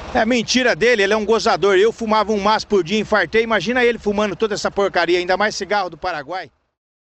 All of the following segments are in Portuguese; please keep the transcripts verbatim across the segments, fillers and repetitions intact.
É mentira dele, ele é um gozador. Eu fumava um maço por dia, infartei. Imagina ele fumando toda essa porcaria, ainda mais cigarro do Paraguai.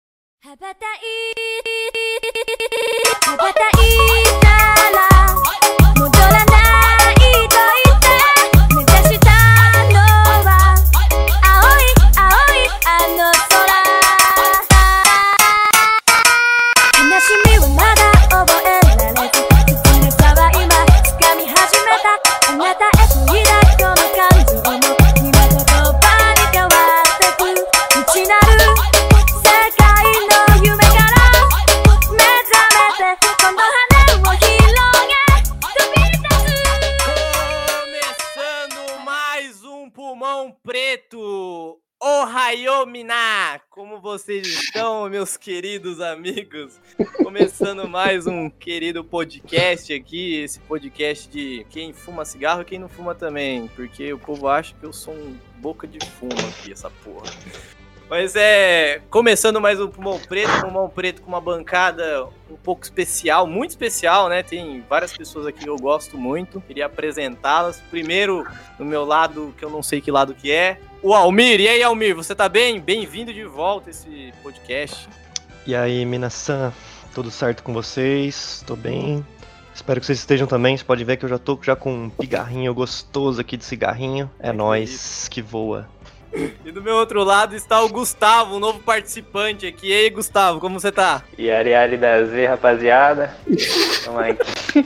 Preto, Ohayomina! Como vocês estão, meus queridos amigos? Começando mais um querido podcast aqui, esse podcast de quem fuma cigarro e quem não fuma também, porque o povo acha que eu sou um boca de fumo aqui, essa porra. Mas é, começando mais um Pulmão Preto, Pulmão Preto com uma bancada um pouco especial, muito especial, né? Tem várias pessoas aqui que eu gosto muito, queria apresentá-las. Primeiro, do meu lado, que eu não sei que lado que é, o Almir. E aí, Almir, você tá bem? Bem-vindo de volta a esse podcast. E aí, Minasan, tudo certo com vocês? Tô bem. Espero que vocês estejam também. Você pode ver que eu já tô já com um pigarrinho gostoso aqui de cigarrinho. É, é nóis que voa. E do meu outro lado está o Gustavo, um novo participante aqui. E aí, Gustavo, como você tá? Yari Yari da Z, rapaziada. Tamo aí.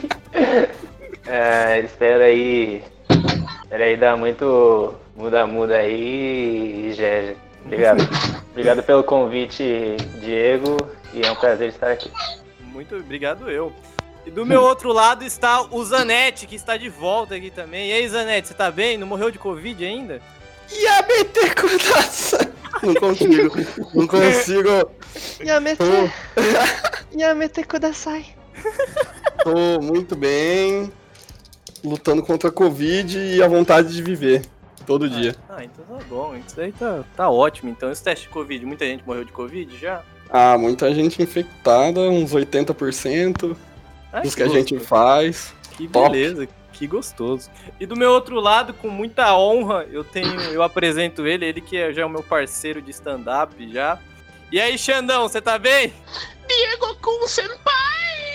É, espero aí. Espero aí dar muito muda-muda aí, Gégé. Obrigado. Obrigado pelo convite, Diego. E é um prazer estar aqui. Muito obrigado, eu. E do meu outro lado está o Zanetti, que está de volta aqui também. E aí, Zanetti, você tá bem? Não morreu de Covid ainda? Yamete Kudasai. Não consigo, não consigo. Yamete. Yamete Kudasai. Tô muito bem, lutando contra a Covid e a vontade de viver, todo ah, dia. Ah, então tá bom, isso aí tá, tá ótimo. Então, esse teste de Covid, muita gente morreu de Covid já? Ah, muita gente infectada, uns oitenta por cento Ai, dos que que a gente faz. Que Top. beleza. Que gostoso. E do meu outro lado, com muita honra, eu tenho, eu apresento ele, ele que já é o meu parceiro de stand-up já. E aí, Xandão, você tá bem? Diego Kun Senpai!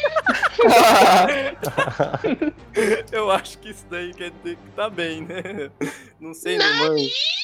Eu acho que isso daí quer dizer que tá bem, né? Não sei, não, mano.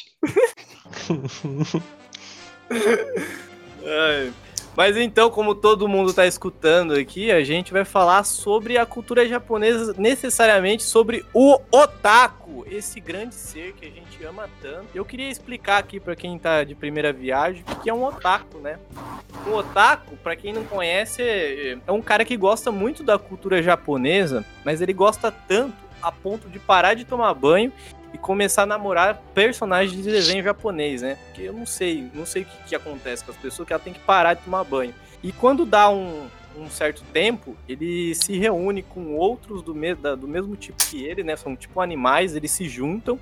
Ai. Mas então, como todo mundo tá escutando aqui, a gente vai falar sobre a cultura japonesa, necessariamente sobre o otaku, esse grande ser que a gente ama tanto. Eu queria explicar aqui pra quem tá de primeira viagem o que é um otaku, né? Um otaku, pra quem não conhece, é um cara que gosta muito da cultura japonesa, mas ele gosta tanto a ponto de parar de tomar banho e começar a namorar personagens de desenho japonês, né? Porque eu não sei, não sei o que, que acontece com as pessoas, que ela tem que parar de tomar banho. E quando dá um, um certo tempo, ele se reúne com outros do, me, da, do mesmo tipo que ele, né? São tipo animais, eles se juntam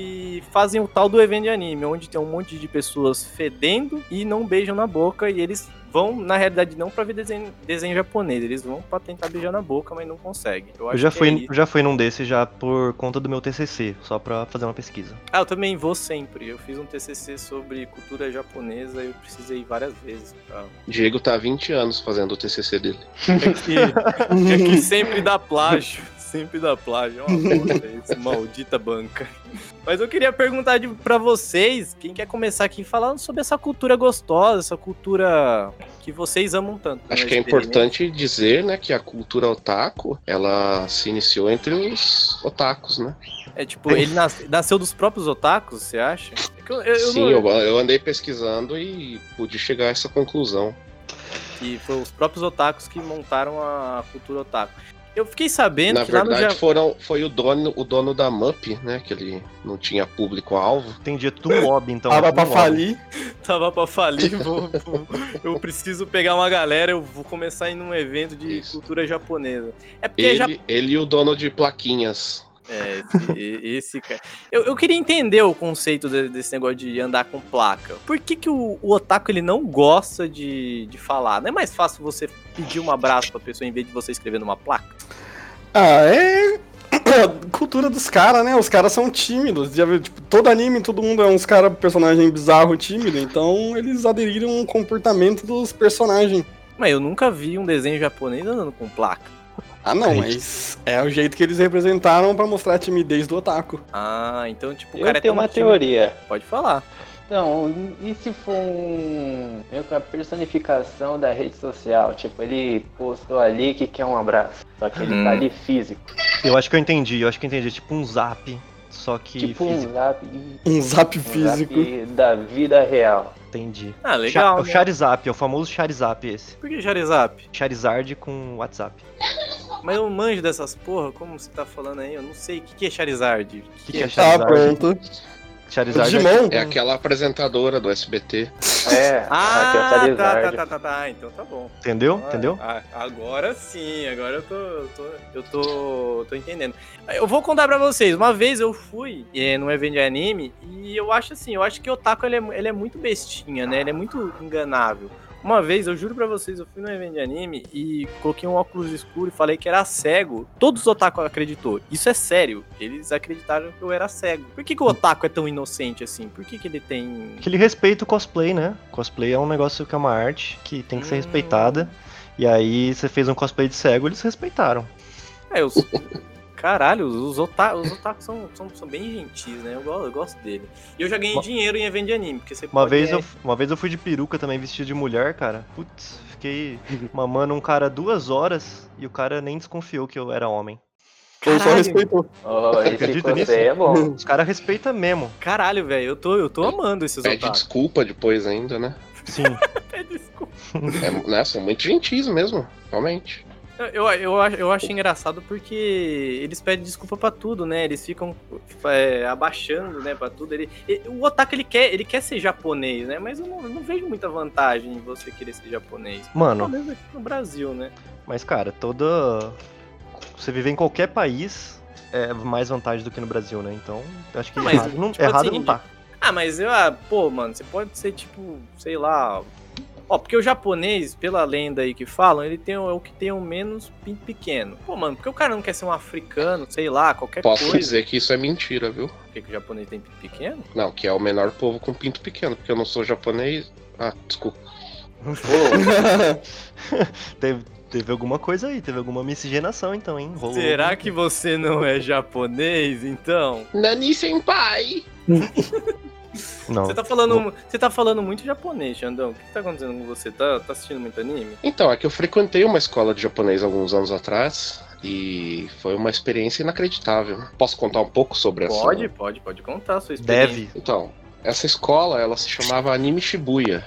e fazem o tal do evento de anime, onde tem um monte de pessoas fedendo e não beijam na boca, e eles vão, na realidade, não pra ver desenho, desenho japonês, eles vão pra tentar beijar na boca, mas não conseguem. Eu, acho eu já, que fui, é já fui num desses já por conta do meu T C C, só pra fazer uma pesquisa. Ah, eu também vou sempre. Eu fiz um T C C sobre cultura japonesa e eu precisei ir várias vezes. Pra... Diego tá há vinte anos fazendo o T C C dele. É que, é que sempre dá plágio. Sempre dá plágio. É uma bosta esse maldita banca. Mas eu queria perguntar de, pra vocês, quem quer começar aqui falando sobre essa cultura gostosa, essa cultura que vocês amam tanto. Acho que é importante dizer, né, que a cultura otaku, ela se iniciou entre os otakus, né? É tipo, ele nas, nasceu dos próprios otakus, você acha? É que eu, eu, Sim, eu, eu, eu andei pesquisando e pude chegar a essa conclusão. Que foi os próprios otakus que montaram a cultura otaku. Eu fiquei sabendo Na que verdade, lá no Japão... foram, foi o dono, o dono da M U P, né? Que ele não tinha público-alvo. Entendi, é tudo mob, então. Tava é pra mob. falir. Tava pra falir, vou, vou, eu preciso pegar uma galera, eu vou começar a ir num evento de Isso. cultura japonesa. É porque Ele, já... ele e o dono de plaquinhas. É, esse, esse cara. Eu, eu queria entender o conceito de, desse negócio de andar com placa. Por que, que o, o otaku ele não gosta de, de falar? Não é mais fácil você pedir um abraço pra pessoa em vez de você escrever numa placa? Ah, é... a cultura dos caras, né? Os caras são tímidos. Já viu, tipo, todo anime, todo mundo é uns caras, personagem bizarro, tímido. Então eles aderiram ao comportamento dos personagens. Mas eu nunca vi um desenho japonês andando com placa. Ah, não, mas é o jeito que eles representaram pra mostrar a timidez do otaku. Ah, então, tipo, o Eu cara é tenho tão uma tímido. teoria. Pode falar. Então, e se for um, meio que a personificação da rede social? Tipo, ele postou ali que quer um abraço, só que ele Hum. tá ali físico. Eu acho que eu entendi, eu acho que eu entendi. Tipo um zap, só que Tipo físico. um zap, Um zap um físico. zap da vida real. Entendi. Ah, legal, Cha- o né? Charizap, é o famoso Charizap esse. Por que Charizap? Charizard com WhatsApp. Mas eu manjo dessas porra, como você tá falando aí, eu não sei o que, que é Charizard. O que, que é Ah, Charizard? pronto. Charizard Digimon? É aquela apresentadora do S B T. É, Ah, aqui é o tá, tá, Charizard. tá, tá, tá, então tá bom. Entendeu? Ah, Entendeu? ah, agora sim, agora eu tô, eu tô, eu tô, tô entendendo. Eu vou contar pra vocês, uma vez eu fui é, num evento de anime e eu acho assim, eu acho que o otaku ele é, ele é muito bestinha, né? Ele é muito enganável. Uma vez, eu juro pra vocês, eu fui num evento de anime e coloquei um óculos escuro e falei que era cego. Todos os otaku acreditou. Isso é sério. Eles acreditaram que eu era cego. Por que, que o otaku é tão inocente assim? Por que, que ele tem... Que ele respeita o cosplay, né? Cosplay é um negócio que é uma arte que tem que ser Hum. respeitada. E aí você fez um cosplay de cego, eles respeitaram. É, eu... Caralho, os, ota... os otakus são, são, são bem gentis, né? Eu gosto, eu gosto dele. E eu já ganhei Uma- dinheiro em evento de anime, porque você Uma pode... vez, eu, uma vez eu fui de peruca também, vestido de mulher, cara. Putz, fiquei mamando um cara duas horas e o cara nem desconfiou que eu era homem. Ele só Caralho. respeitou. Oh, esse Acredita nisso? cosplay é bom. Os caras respeitam mesmo. Caralho, velho, eu tô, eu tô amando esses Pede otakus. desculpa depois ainda, né? Sim. Pede desculpa. É, né? São muito gentis mesmo, realmente. Eu, eu, eu, acho, eu acho engraçado porque eles pedem desculpa pra tudo, né? Eles ficam é, abaixando, né, pra tudo. Ele, ele- o otaku, ele quer, ele quer ser japonês, né? Mas eu não, eu não vejo muita vantagem em você querer ser japonês. Mano, Pelo menos aqui no Brasil, né? mas cara, toda. Você viver em qualquer país é mais vantagem do que no Brasil, né? Então, eu acho que Ah, mas, errado, não, tipo errado assim, não tá. Ah, mas eu, ah, pô, mano, você pode ser tipo, sei lá... Ó, porque o japonês, pela lenda aí que falam, ele tem o, é o que tem o menos pinto pequeno. Pô, mano, porque o cara não quer ser um africano, sei lá, qualquer Posso coisa. dizer que isso é mentira, viu? Por que, que o japonês tem pinto pequeno? Não, que é o menor povo com pinto pequeno, porque eu não sou japonês. Ah, desculpa. teve, teve alguma coisa aí, teve alguma miscigenação então, hein? Rolou Será alguma que você não é japonês, então? Nani senpai! Não. Você tá falando, você tá falando muito japonês, Xandão. O que, que tá acontecendo com você? Tá, tá assistindo muito anime? Então, é que eu frequentei uma escola de japonês alguns anos atrás e foi uma experiência inacreditável. Posso contar um pouco sobre essa? Pode, pode, pode contar a sua experiência. Deve. Então, essa escola, ela se chamava Anime Shibuya.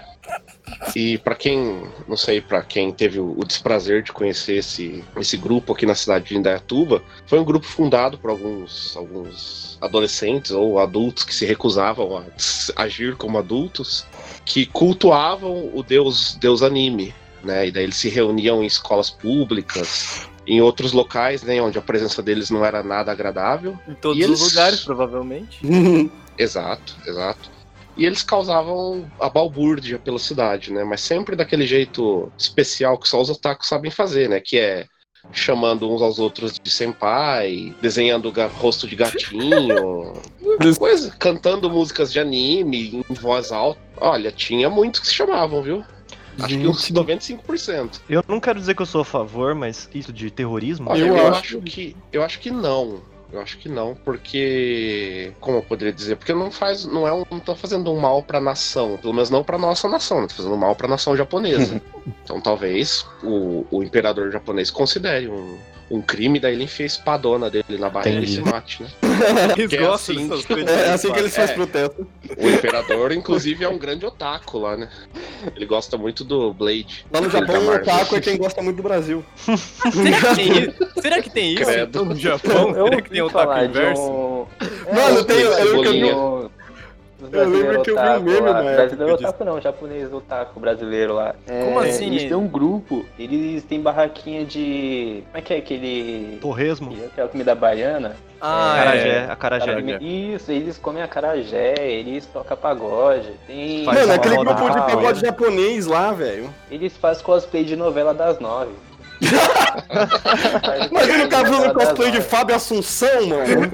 E pra quem, não sei, pra quem teve o, o desprazer de conhecer esse, esse grupo aqui na cidade de Indaiatuba, foi um grupo fundado por alguns, alguns adolescentes ou adultos que se recusavam a agir como adultos, que cultuavam o deus, deus anime, né? E daí eles se reuniam em escolas públicas, em outros locais, né, onde a presença deles não era nada agradável. Em todos E os eles- lugares, provavelmente. Exato, exato. E eles causavam a balbúrdia pela cidade, né? Mas sempre daquele jeito especial que só os otakus sabem fazer, né? Que é chamando uns aos outros de senpai, desenhando ga- rosto de gatinho, coisa, cantando músicas de anime em voz alta. Olha, tinha muitos que se chamavam, viu? Acho que uns noventa e cinco por cento. Eu não quero dizer que eu sou a favor, mas isso de terrorismo. Olha, Eu eu, acho- acho que eu acho que não. Eu acho que não, porque como eu poderia dizer, porque não faz, não é um, não tá fazendo um mal pra nação, pelo menos não pra nossa nação, né? Tá fazendo mal pra nação japonesa. Então talvez o, o imperador japonês considere um, um crime, daí ele enfia a espadona dele na barriga Entendi. e se mate, né? Eles Que é gostam assim dessas que- coisas. É assim que eles fazem É. protesto. O imperador, inclusive, é um grande otaku lá, né? Ele gosta muito do Blade. Lá no aquele Japão, da o Marvel. otaku é quem gosta muito do Brasil. Será que tem isso? Será que tem isso Credo. então, no Japão? Eu Será que tem ouvi otaku falar de inverso? um... Mano, tem- eu lembro que eu vi um- Eu lembro que eu vi um meme na época Brasileiro disso. otaku não, japonês otaku brasileiro lá. Como É, assim? Eles têm um grupo, eles têm barraquinha de... Como é que é aquele... Torresmo. Aquela comida baiana? Ah, Acarajé, é. acarajé. Acarajé. Isso, eles comem acarajé, eles tocam pagode. Tem... Faz Mano, uma aquele roda grupo de de pagode capoeira. japonês lá, velho. Eles fazem cosplay de novela das nove. Imagina o cara fazendo cosplay de Fábio Assunção, mano.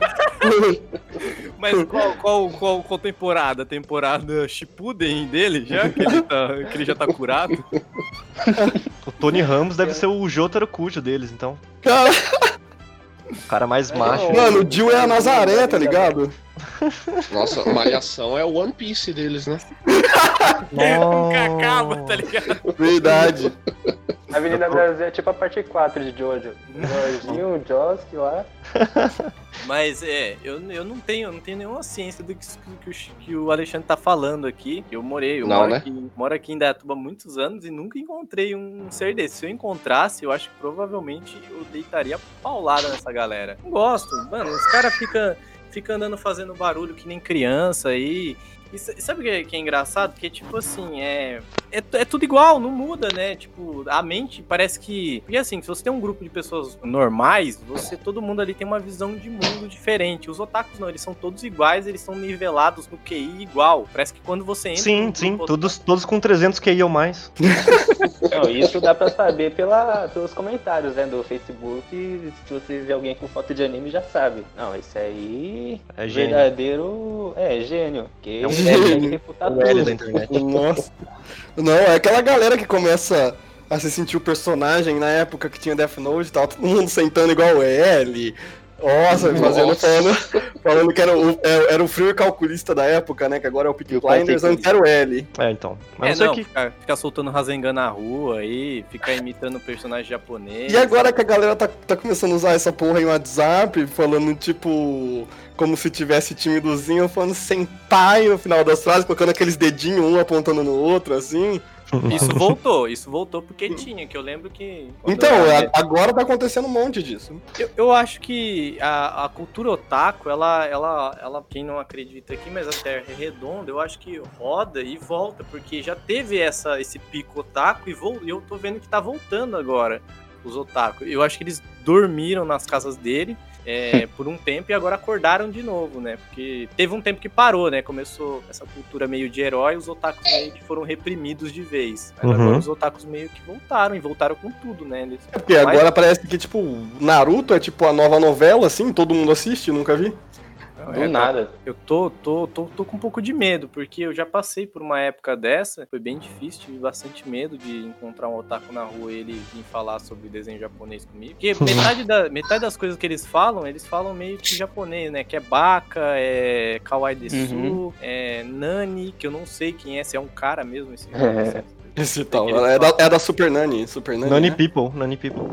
Mas qual, qual, qual, qual temporada? Temporada Shippuden dele já? Que ele, tá, que ele já tá curado? O Tony Ramos deve ser o Jotaro Kujo deles, então. Cara, O cara mais macho. mano, o Jill é a Nazaré, tá ligado? Nossa, Malhação é o One Piece deles, né? Nunca acaba, tá ligado? Verdade. A Avenida Brasil é tipo a parte quatro de Jojo. Jorginho, o Josk lá. Mas é, eu, eu não tenho, eu não tenho nenhuma ciência do que, que, o, que o Alexandre tá falando aqui. Eu morei, eu Não, moro, né? aqui, moro aqui em Dayatuba há muitos anos e nunca encontrei um ser desse. Se eu encontrasse, eu acho que provavelmente eu deitaria paulada nessa galera. Não gosto, mano, os caras ficam fica andando fazendo barulho que nem criança aí. E sabe o que é, que é engraçado? Porque, tipo assim, é, é, é tudo igual, não muda, né? Tipo, a mente parece que... Porque, assim, se você tem um grupo de pessoas normais, você, todo mundo ali tem uma visão de mundo diferente. Os otakus não, eles são todos iguais, eles são nivelados no Q I igual. Parece que quando você entra... Sim, num sim, grupo todos, todos com trezentos Q I ou mais. Não, isso dá pra saber pela, pelos comentários, né, do Facebook. Se você vê alguém com foto de anime, já sabe. Não, esse aí... É gênio. Verdadeiro... É, gênio. Que É um consegue refutar O L da tudo. internet. Nossa. Não, é aquela galera que começa a se sentir o personagem na época que tinha Death Note e tal, todo mundo sentando igual o L. Nossa, fazendo, Nossa. falando, falando que era o, é- era o frio calculista da época, né? Que agora é o Peaky E o Blinders, antes era o L. É, então. É, Mas não não, sei que. ficar, ficar soltando Rasengan na rua aí, ficar imitando personagem japonês. E agora que a galera tá, tá começando a usar essa porra em WhatsApp, falando tipo... Como se tivesse timidozinho, falando senpai no final das frases, colocando aqueles dedinhos um apontando no outro, assim. Isso voltou, isso voltou porque tinha, que eu lembro que... quando Então, eu era a- agora tá acontecendo um monte disso. Eu, eu acho que a, a cultura otaku, ela, ela, ela, quem não acredita aqui, mas a Terra é redonda, eu acho que roda e volta, porque já teve essa, esse pico otaku e vol- e eu tô vendo que tá voltando agora os otaku. Eu acho que eles dormiram nas casas dele é, por um tempo e agora acordaram de novo, né? Porque teve um tempo que parou, né? Começou essa cultura meio de herói, os otakus meio que foram reprimidos de vez. Mas Uhum. agora os otakus meio que voltaram, e voltaram com tudo, né? Eles... É porque agora parece que, tipo, Naruto é tipo a nova novela, assim, todo mundo assiste, nunca vi. Não, Do é, nada. Eu tô, tô, tô, tô com um pouco de medo, porque eu já passei por uma época dessa, foi bem difícil, tive bastante medo de encontrar um otaku na rua e ele vir falar sobre desenho japonês comigo. Porque metade, da, metade das coisas que eles falam, eles falam meio que japonês, né? Que é baka, é kawaii desu, Uhum. é nani, que eu não sei quem é, se é um cara mesmo esse É. Esse tal. É da, é da Super Nani. Super Nani. Nani né? People, Nani People.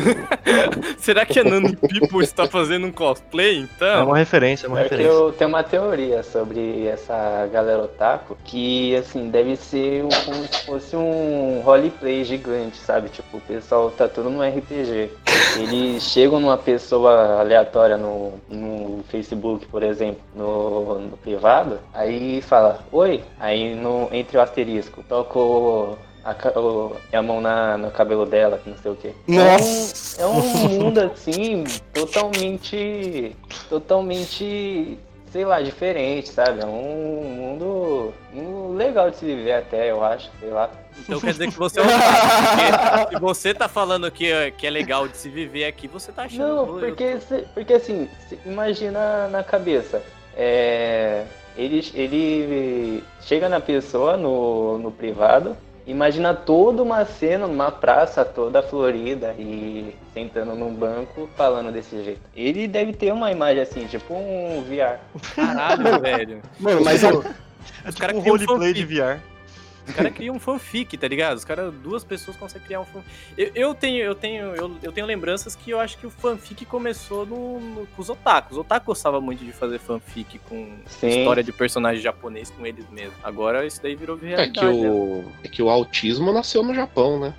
Será que a Nani People está fazendo um cosplay, É então? uma referência, é uma É que referência. eu tenho uma teoria sobre essa galera otaku, que assim, deve ser um- como se fosse um roleplay gigante, sabe? Tipo, o pessoal tá tudo no R P G. Eles chegam numa pessoa aleatória no, no Facebook, por exemplo, no, no privado, aí fala, oi, aí no, entre o asterisco, tocou a, ca- o- a mão na, no cabelo dela, que não sei o quê. Nossa! É um, é um mundo assim, totalmente. Totalmente. Sei lá, diferente, sabe? É um mundo, um legal de se viver até, eu acho, sei lá. Então quer dizer que você é um otaku, porque se você tá falando que é, que é legal de se viver aqui, você tá achando... Não, eu- porque, se- porque assim, se- imagina na cabeça. É, ele, ele chega na pessoa no, no privado, imagina toda uma cena numa praça toda florida e sentando num banco falando desse jeito. Ele deve ter uma imagem assim, tipo um V R. Caralho, velho. Mano, mas eu, É Os caras tipo um criam roleplay fanfic. de V R. Os caras criam um fanfic, tá ligado? Os caras, duas pessoas conseguem criar um fanfic. Eu, eu tenho, eu tenho, eu, eu tenho lembranças que eu acho que o fanfic começou no, no, com os otakus. Os otakus gostavam muito de fazer fanfic com Sim. história de personagem japonês com eles mesmos. Agora isso daí virou É realidade. que, o, é que o autismo nasceu no Japão, né?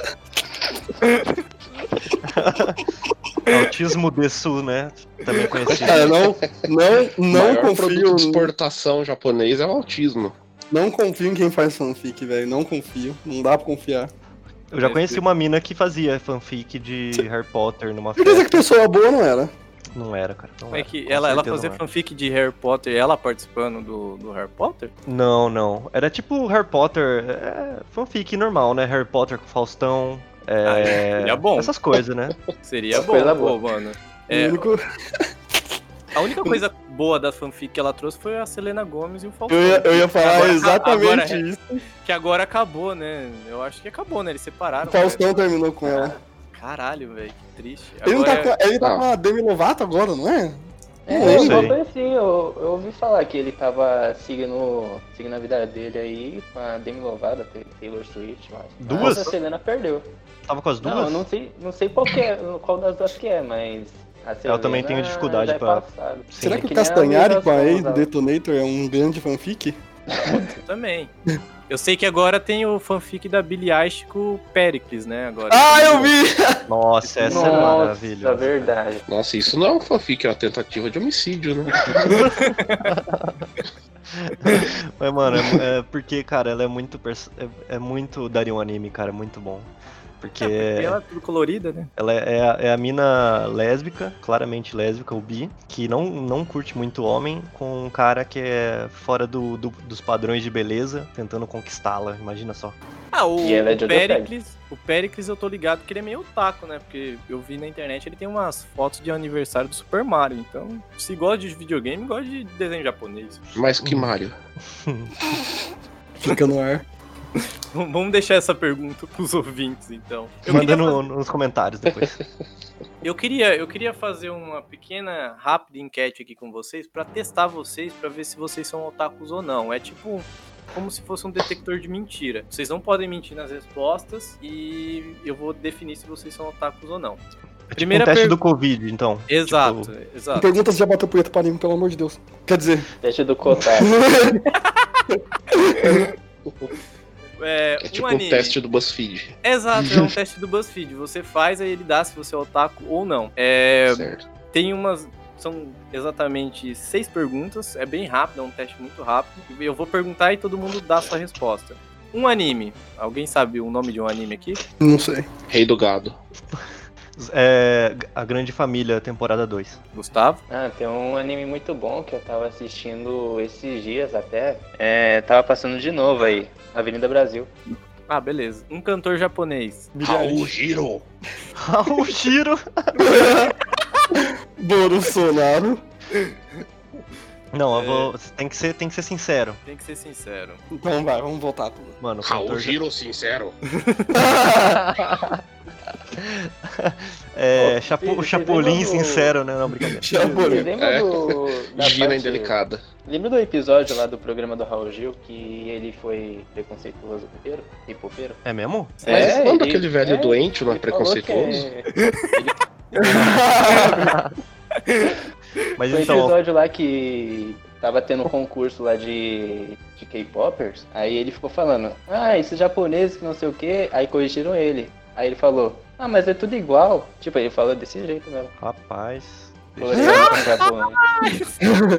Autismo Desu, né? Também conhecido. cara, não, não, o não maior confio, produto de exportação japonês é o autismo. não confio em quem faz fanfic, velho. Não confio. Não dá pra confiar. Eu já conheci uma mina que fazia fanfic de Harry Potter numa Certeza festa. que pessoa boa não era. Não era, cara. Não Como é era. que Com ela, ela certeza fazia não era. fanfic de Harry Potter e ela participando do, do Harry Potter? Não, não. Era tipo Harry Potter, é, fanfic normal, né? Harry Potter com Faustão, É... seria bom. Essas coisas, né? Seria bom, Coisa pô, boa. mano. É, O único... a única coisa boa da fanfic que ela trouxe foi a Selena Gomes e o Faustão. eu, ia, eu ia falar Agora- exatamente agora- isso. Que agora acabou, né? Eu acho que acabou, né? Eles separaram. O Faustão terminou com ela. velho. Caralho, velho, que triste. Ele, não tá Agora- com, ele tá Ah. com a Demi Lovato agora, não é? É, Não sei. uma coisa assim, eu, eu ouvi falar que ele tava seguindo, seguindo a vida dele aí com a Demi Lovato, Taylor Swift, eu acho. Duas? Mas a Selena perdeu. Tava com as duas? Não, eu não sei, não sei qual, que é, qual das duas que é, mas a Selena Eu também tenho dificuldade já é pra- passado. Será que É o nem a Castanhari com a Luísa ex do Sonza. Detonator é um grande fanfic? Eu também. Eu sei que agora tem o fanfic da Billie Eilish com o Pericles, né? Agora. Ah, eu vi! Nossa, essa é Nossa, maravilhosa. verdade. Nossa, isso não é um fanfic, é uma tentativa de homicídio, né? Mas, mano, é, é porque, cara, ela é muito. perso- É, é muito. Daria um anime, cara, é muito bom. Porque E ela é tudo colorida, né? ela é, é a, é a mina lésbica, claramente lésbica, o bi, que não, não curte muito homem, com um cara que é fora do, do- dos padrões de beleza, tentando conquistá-la, imagina só. Ah, o, E ela é de o Odoteg. Pericles, o Pericles eu tô ligado que ele é meio otaku, né? Porque eu vi na internet, ele tem umas fotos de aniversário do Super Mario. Então, se gosta de videogame, gosta de desenho japonês. Mais que Mario. Fica no ar. V- Vamos deixar essa pergunta pros ouvintes, então. Eu Manda queria, no- nos comentários depois. eu, queria, eu queria fazer uma pequena, rápida enquete aqui com vocês pra testar vocês, pra ver se vocês são otakus ou não. É tipo como se fosse um detector de mentira. Vocês não podem mentir nas respostas e eu vou definir se vocês são otakus ou não. É tipo Primeira um teste per- do Covid, então. Exato, Tipo, exato. Pergunta se já bateu punheta pra mim, pelo amor de Deus. Quer dizer, Teste do Kotaku. É, É tipo um um anime. teste do BuzzFeed. Exato, é um teste do BuzzFeed. Você faz, aí ele dá se você é otaku ou não. É, Certo. tem umas. São exatamente seis perguntas. É bem rápido, é um teste muito rápido. Eu vou perguntar e todo mundo dá a sua resposta. Um anime. Alguém sabe o nome de um anime aqui? não sei. Rei do gado. É, a Grande Família, temporada dois. Gustavo? Ah, tem um anime muito bom que eu tava assistindo esses dias até. É, tava passando de novo aí. Avenida Brasil. Ah, beleza. Um cantor japonês. Raul Giro. Raul Giro! Bolsonaro. Não, eu vou, tem, que ser, tem que ser sincero. Tem que ser sincero. Então vai, vamos voltar tudo. Mano, o Raul cantor... Giro, sincero. É, Ô, chapo, vocês- o vocês Chapolin lembram do- sincero, né? Não, brincadeira. Você Chapolin. lembra É. do. Da Gina parte- indelicada. Lembra do episódio lá do programa do Raul Gil que ele foi preconceituoso pipopeiro? Pipopeiro? É mesmo? Mas É, lembra ele- aquele velho é, doente, não é ele falou que preconceituoso? é- Mas Foi um então, episódio lá que tava tendo um concurso lá de, de K-popers. Aí ele ficou falando, ah, esses japoneses que não sei o que. Aí corrigiram ele. Aí ele falou, ah, mas é tudo igual. Tipo, ele falou desse jeito mesmo. rapaz. Coreano com japonês.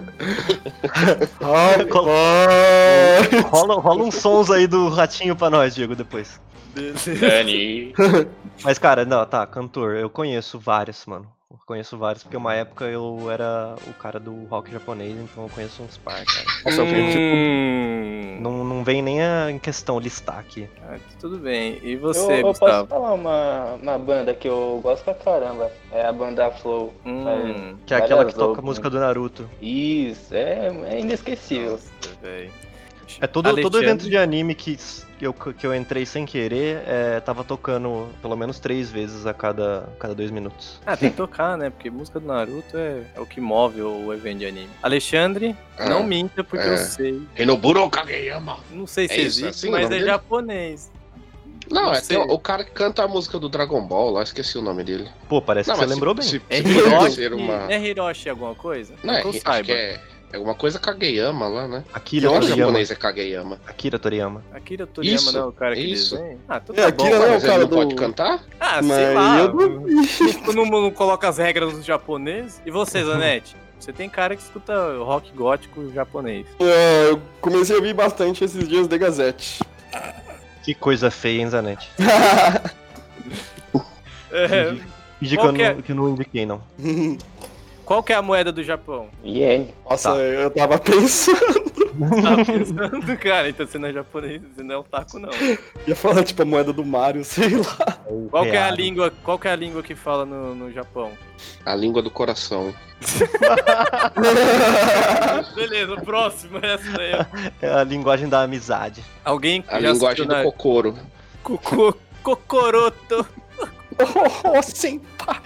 Rapaz. Rola, rola uns sons aí do ratinho pra nós, Diego, depois. Dani. Mas, cara, não, tá, cantor, eu conheço vários, mano. Eu conheço vários, porque uma época eu era o cara do rock japonês, então eu conheço uns par, cara. Nossa, gente, Hum... Não, não vem nem a, em questão listar aqui. Ah, tudo bem. E Eu, você, eu posso Gustavo? falar uma, uma banda que eu gosto pra caramba. É a banda Flow. Hum, Que é aquela que Várias toca a outras. música do Naruto. Isso, é, é inesquecível. nossa, velho. É todo, todo Alexandre? evento de anime que, que, eu, que eu entrei sem querer, é, tava tocando pelo menos três vezes a cada, cada dois minutos. Ah, tem que tocar, né? Porque música do Naruto é, é o que move o evento de anime. Alexandre, Ah, não minta porque é. eu sei. Renoburo Kageyama. Não sei se É isso, existe, assim o mas nome é dele? japonês. Não, Não é sei. tem o, o cara que canta a música do Dragon Ball lá, esqueci o nome dele. Pô, parece Não, que você mas se- lembrou bem. se- É se puder Hiroshi, ser uma... é Hiroshi alguma coisa? Não, é, que eu acho saiba. que é, é alguma coisa Kageyama lá, né? Akira Que nome Toriyama. japonês é Kageyama? Akira Toriyama. Akira Toriyama Isso, não é o cara que isso. desenha? Ah, tudo É, tá Akira bom. não é o Mas ele cara não do- pode cantar? Ah, Mas sei lá. eu não- Tu não, não coloca as regras dos japoneses? E você, Zanetti? Você tem cara que escuta rock gótico japonês. É, eu comecei a ouvir bastante esses dias The Gazette. Que coisa feia, hein, Zanetti? É, Fingi que Qual eu que é? não, que eu não indiquei, não. qual que é a moeda do Japão? Iene. Nossa, Tá. eu tava pensando. Você tava pensando, cara, então você não é japonês, você não é otaku, não. Ia falar, tipo, a moeda do Mario, sei lá. Qual que é a Real. língua, qual que é a língua que fala no, no Japão? A língua do coração. Beleza, próximo, essa daí. É a linguagem da amizade. Alguém A já linguagem assistiu do na... Kokoro. Cocô... Cocoroto. Oh, senpai.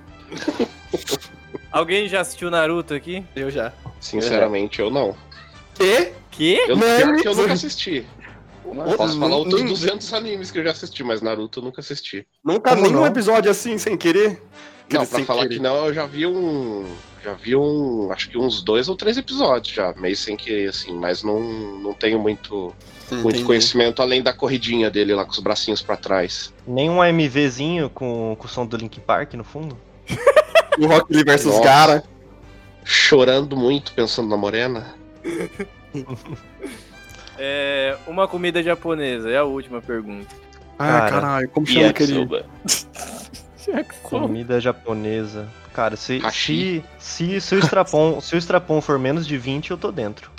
Alguém já assistiu Naruto aqui? Eu já. Sinceramente, eu não. Quê? Que? Eu, Não, pior que eu isso- nunca assisti. Mano, Posso falar não- outros não- duzentos animes que eu já assisti, mas Naruto eu nunca assisti. Nunca Como nenhum não? episódio assim, sem querer? Não, Aquele pra sem falar querer. que não, eu já vi um. Já vi um. Acho que uns dois ou três episódios já, meio sem querer, assim, mas não, não tenho muito, muito Entendi. conhecimento além da corridinha dele lá com os bracinhos pra trás. Nem um AMVzinho com, com o som do Linkin Park no fundo? O Rock Lee versus Nossa. Gara. Chorando muito, pensando na morena. É, uma comida japonesa, é a última pergunta. Ah, Cara, caralho, como chama aquele... Yakisoba. Comida japonesa. Cara, se, Hashi. se, se, se, o Strapon, se o Strapon for menos de vinte, eu tô dentro.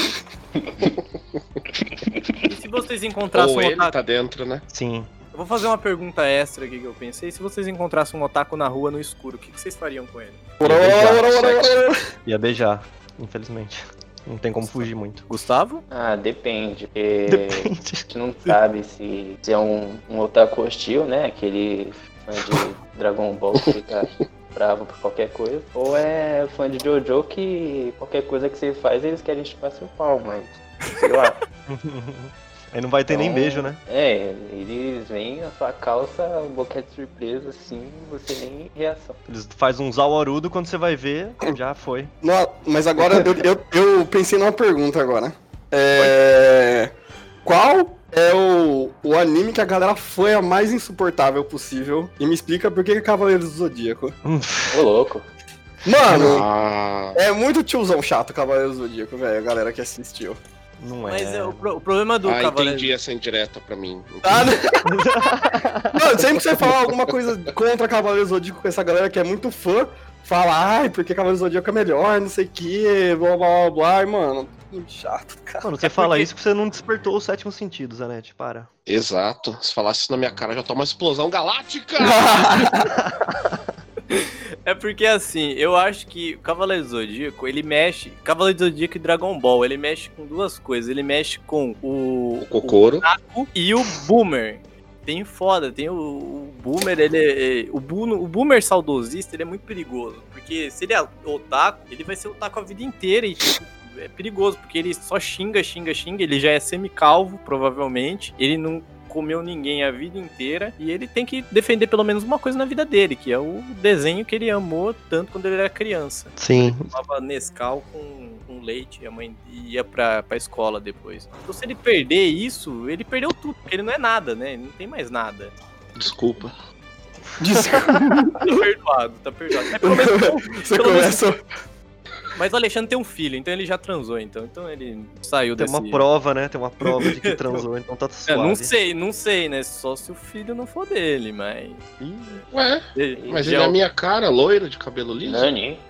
E se vocês encontrassem Ou um ele otaku... tá dentro, né? Sim. Eu vou fazer uma pergunta extra aqui que eu pensei. Se vocês encontrassem um otaku na rua, no escuro, o que, que vocês fariam com ele? Ora, ora, ora, ora, ora. Ia beijar, infelizmente. Não tem como fugir muito. Gustavo? Ah, depende. Porque Depende. a gente não sabe se, se é um, um otaku hostil, né? Aquele fã de Dragon Ball que fica bravo por qualquer coisa. Ou é fã de Jojo que qualquer coisa que você faz eles querem chupar seu pau, mas sei lá. Aí não vai ter nem Então, beijo, né? É, eles vêm na sua calça, boquete de surpresa, assim, você nem reação. Eles fazem um zawarudo, quando você vai ver, já foi. Não, mas agora eu, eu, eu pensei numa pergunta agora. É... Qual é o, o anime que a galera foi a mais insuportável possível? E me explica por que que é Cavaleiros do Zodíaco. Ô, louco. Mano, Ah, é muito tiozão chato Cavaleiros do Zodíaco, velho, a galera que assistiu. Não é. Mas é, o, pro- o problema do ah Cavaleiro... entendi essa indireta pra mim. Ah, né? Mano, sempre que você falar alguma coisa contra Cavaleiros do Zodíaco com essa galera que é muito fã, fala, ai, porque Cavaleiros do Zodíaco é melhor, não sei o que, blá blá blá blá, e, mano, muito chato, cara. Mano, você fala isso porque você não despertou os sétimos sentidos, Zanetti, para. Exato. Se falasse isso na minha cara, já toma uma explosão galáctica! É porque assim, eu acho que o Cavaleiro do Zodíaco, ele mexe... Cavaleiro do Zodíaco e Dragon Ball, ele mexe com duas coisas. Ele mexe com o... O Kokoro. o e o Boomer. Tem foda, tem o, o Boomer, ele é, é- o, Bo- o Boomer saudosista, ele é muito perigoso. Porque se ele é otaku, ele vai ser otaku a vida inteira e tipo, é perigoso, porque ele só xinga, xinga, xinga, ele já é semicalvo, provavelmente. Ele não comeu ninguém a vida inteira e ele tem que defender pelo menos uma coisa na vida dele, que é o desenho que ele amou tanto quando ele era criança. Sim. Tomava Nescau com, com leite e a mãe ia pra, pra escola depois. Então se ele perder isso, ele perdeu tudo, porque ele não é nada, né? Ele não tem mais nada. Desculpa. Tá perdoado, tá perdoado. É, pelo menos- Você pelo menos- começa... mas o Alexandre tem um filho, então ele já transou, então, então ele saiu Tem desse... uma prova, né? Tem uma prova de que transou, então tá É, suave. não sei, não sei, né? Só se o filho não for dele, mas... Ih, Ué, mas Já- ele é a minha cara, loiro, de cabelo liso. Nani?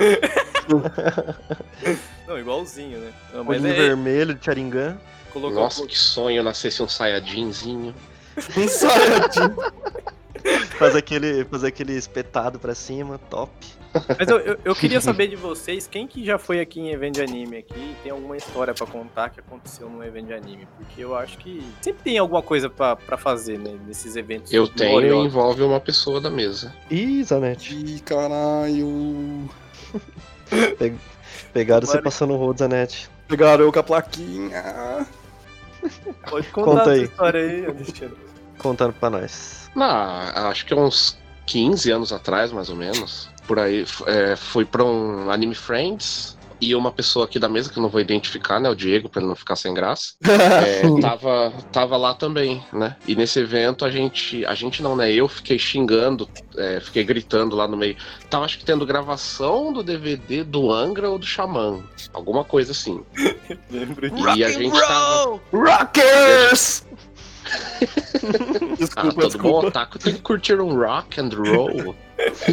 Não, igualzinho, né? Não, mas olhinho é... vermelho de Sharingan. Colocou, Nossa, que sonho, nascesse um Saiyajinzinho. Um Saiyajin. Faz aquele, faz aquele espetado pra cima, top. Mas eu, eu, eu queria saber de vocês, quem que já foi aqui em evento de anime aqui e tem alguma história pra contar que aconteceu num evento de anime? Porque eu acho que sempre tem alguma coisa pra, pra fazer, né, nesses eventos. Eu tenho e gloriosos. envolve uma pessoa da mesa. Ih, Zanetti. Ih, caralho. Pe- Pegaram você Agora- passando o rodo, Zanetti. Pegaram eu com a plaquinha. Pode contar Conta essa aí. história aí, Alexandre. Contando pra nós. Não, acho que uns quinze anos atrás, mais ou menos. Por aí, f- é, fui pra um Anime Friends e uma pessoa aqui da mesa, que eu não vou identificar, né? O Diego, pra ele não ficar sem graça. é, tava, tava lá também, né? E nesse evento a gente. A gente não, né? Eu fiquei xingando, é, fiquei gritando lá no meio. Tava acho que tendo gravação do D V D do Angra ou do Xamã. Alguma coisa assim. Lembro E a gente tava. Rockers! Ah, Desculpa, todo bom desculpa. otaku tem que curtir um rock and roll.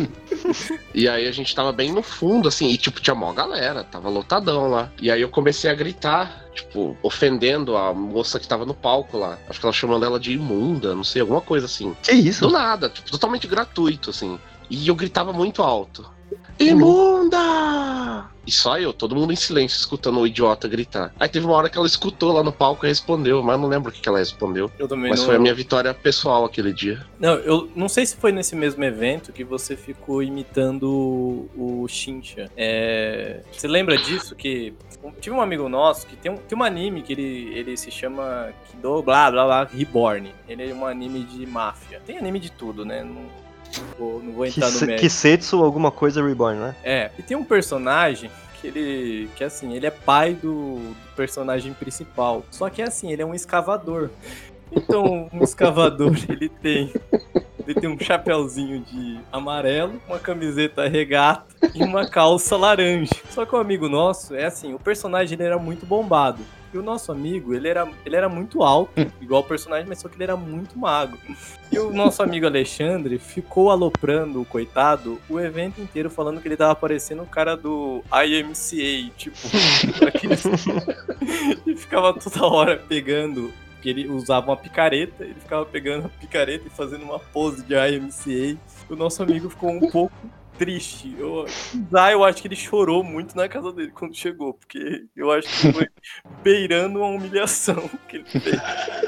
E aí a gente tava bem no fundo, assim, e tipo, tinha mó galera, tava lotadão lá. E aí eu comecei a gritar, tipo, ofendendo a moça que tava no palco lá. Acho que ela chamando ela de imunda, não sei, alguma coisa assim. Que isso? Do nada, tipo, totalmente gratuito, assim. E eu gritava muito alto. Imunda! E só eu, todo mundo em silêncio, escutando o idiota gritar. Aí teve uma hora que ela escutou lá no palco e respondeu, mas eu não lembro o que que ela respondeu. Eu também Mas não... foi a minha vitória pessoal aquele dia. Não, eu não sei se foi nesse mesmo evento que você ficou imitando o, o Shincha. É... Você lembra disso? Que tive um amigo nosso que tem um, tem um anime que ele, ele se chama Kido blá blá blá Reborn. Ele é um anime de máfia. Tem anime de tudo, né? Não... Vou, não vou entrar no mérito. Kisetsu alguma coisa Reborn, né? É, e tem um personagem que ele, que assim, ele é pai do, do personagem principal. Só que assim, ele é um escavador. Então, um escavador, ele tem, ele tem um chapéuzinho de amarelo, uma camiseta regata e uma calça laranja. Só que o amigo nosso, é assim, o personagem ele era muito bombado. E o nosso amigo, ele era, ele era muito alto, igual o personagem, mas só que ele era muito magro. E o nosso amigo Alexandre ficou aloprando o coitado o evento inteiro, falando que ele tava parecendo o cara do I M C A, tipo, aqueles... E ficava toda hora pegando, que ele usava uma picareta, ele ficava pegando a picareta e fazendo uma pose de I M C A. O nosso amigo ficou um pouco triste. Eu, ah, eu acho que ele chorou muito na casa dele quando chegou, porque eu acho que foi beirando uma humilhação que ele fez.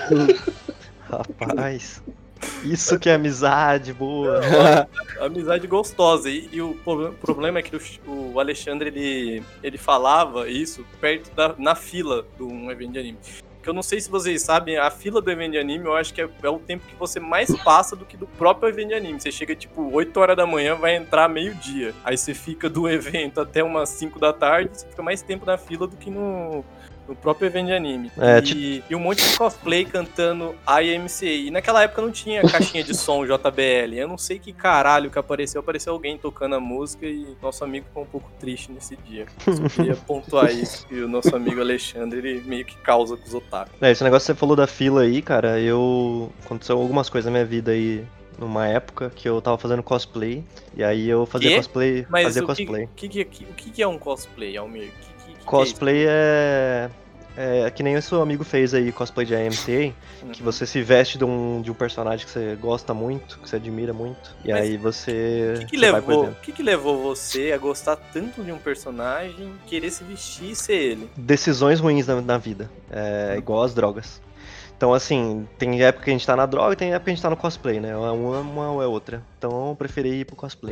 Rapaz, isso que é amizade boa. Amizade gostosa. E, e o problema é que o, o Alexandre, ele, ele falava isso perto da, na fila de um evento de anime. Eu não sei se vocês sabem, a fila do evento de anime, eu acho que é, é o tempo que você mais passa do que do próprio evento de anime. Você chega, tipo, oito horas da manhã, vai entrar meio-dia. Aí você fica do evento até umas cinco da tarde, você fica mais tempo na fila do que no, no próprio evento de anime. É, e, tipo... e um monte de cosplay cantando I M C A. E naquela época não tinha caixinha de som J B L. Eu não sei que caralho que apareceu. Apareceu alguém tocando a música e nosso amigo ficou um pouco triste nesse dia. Só queria pontuar isso, que o nosso amigo Alexandre, ele meio que causa com os otakus. É, esse negócio que você falou da fila aí, cara, eu... Aconteceu algumas coisas na minha vida aí, numa época que eu tava fazendo cosplay, e aí eu fazia que? cosplay... Mas fazia o cosplay. Que, que, que, o que, que é um cosplay, Almir? Que, que, que Cosplay é... É que nem o seu amigo fez aí, cosplay de I M C A, uhum. Que você se veste de um, de um personagem que você gosta muito, que você admira muito, e Mas aí você... O que, que, você levou, vai que, que levou você a gostar tanto de um personagem, querer se vestir e ser ele? Decisões ruins na, na vida, é uhum. igual as drogas. Então, assim, tem época que a gente tá na droga e tem época que a gente tá no cosplay, né? Uma, uma ou é outra. Então eu preferi ir pro cosplay.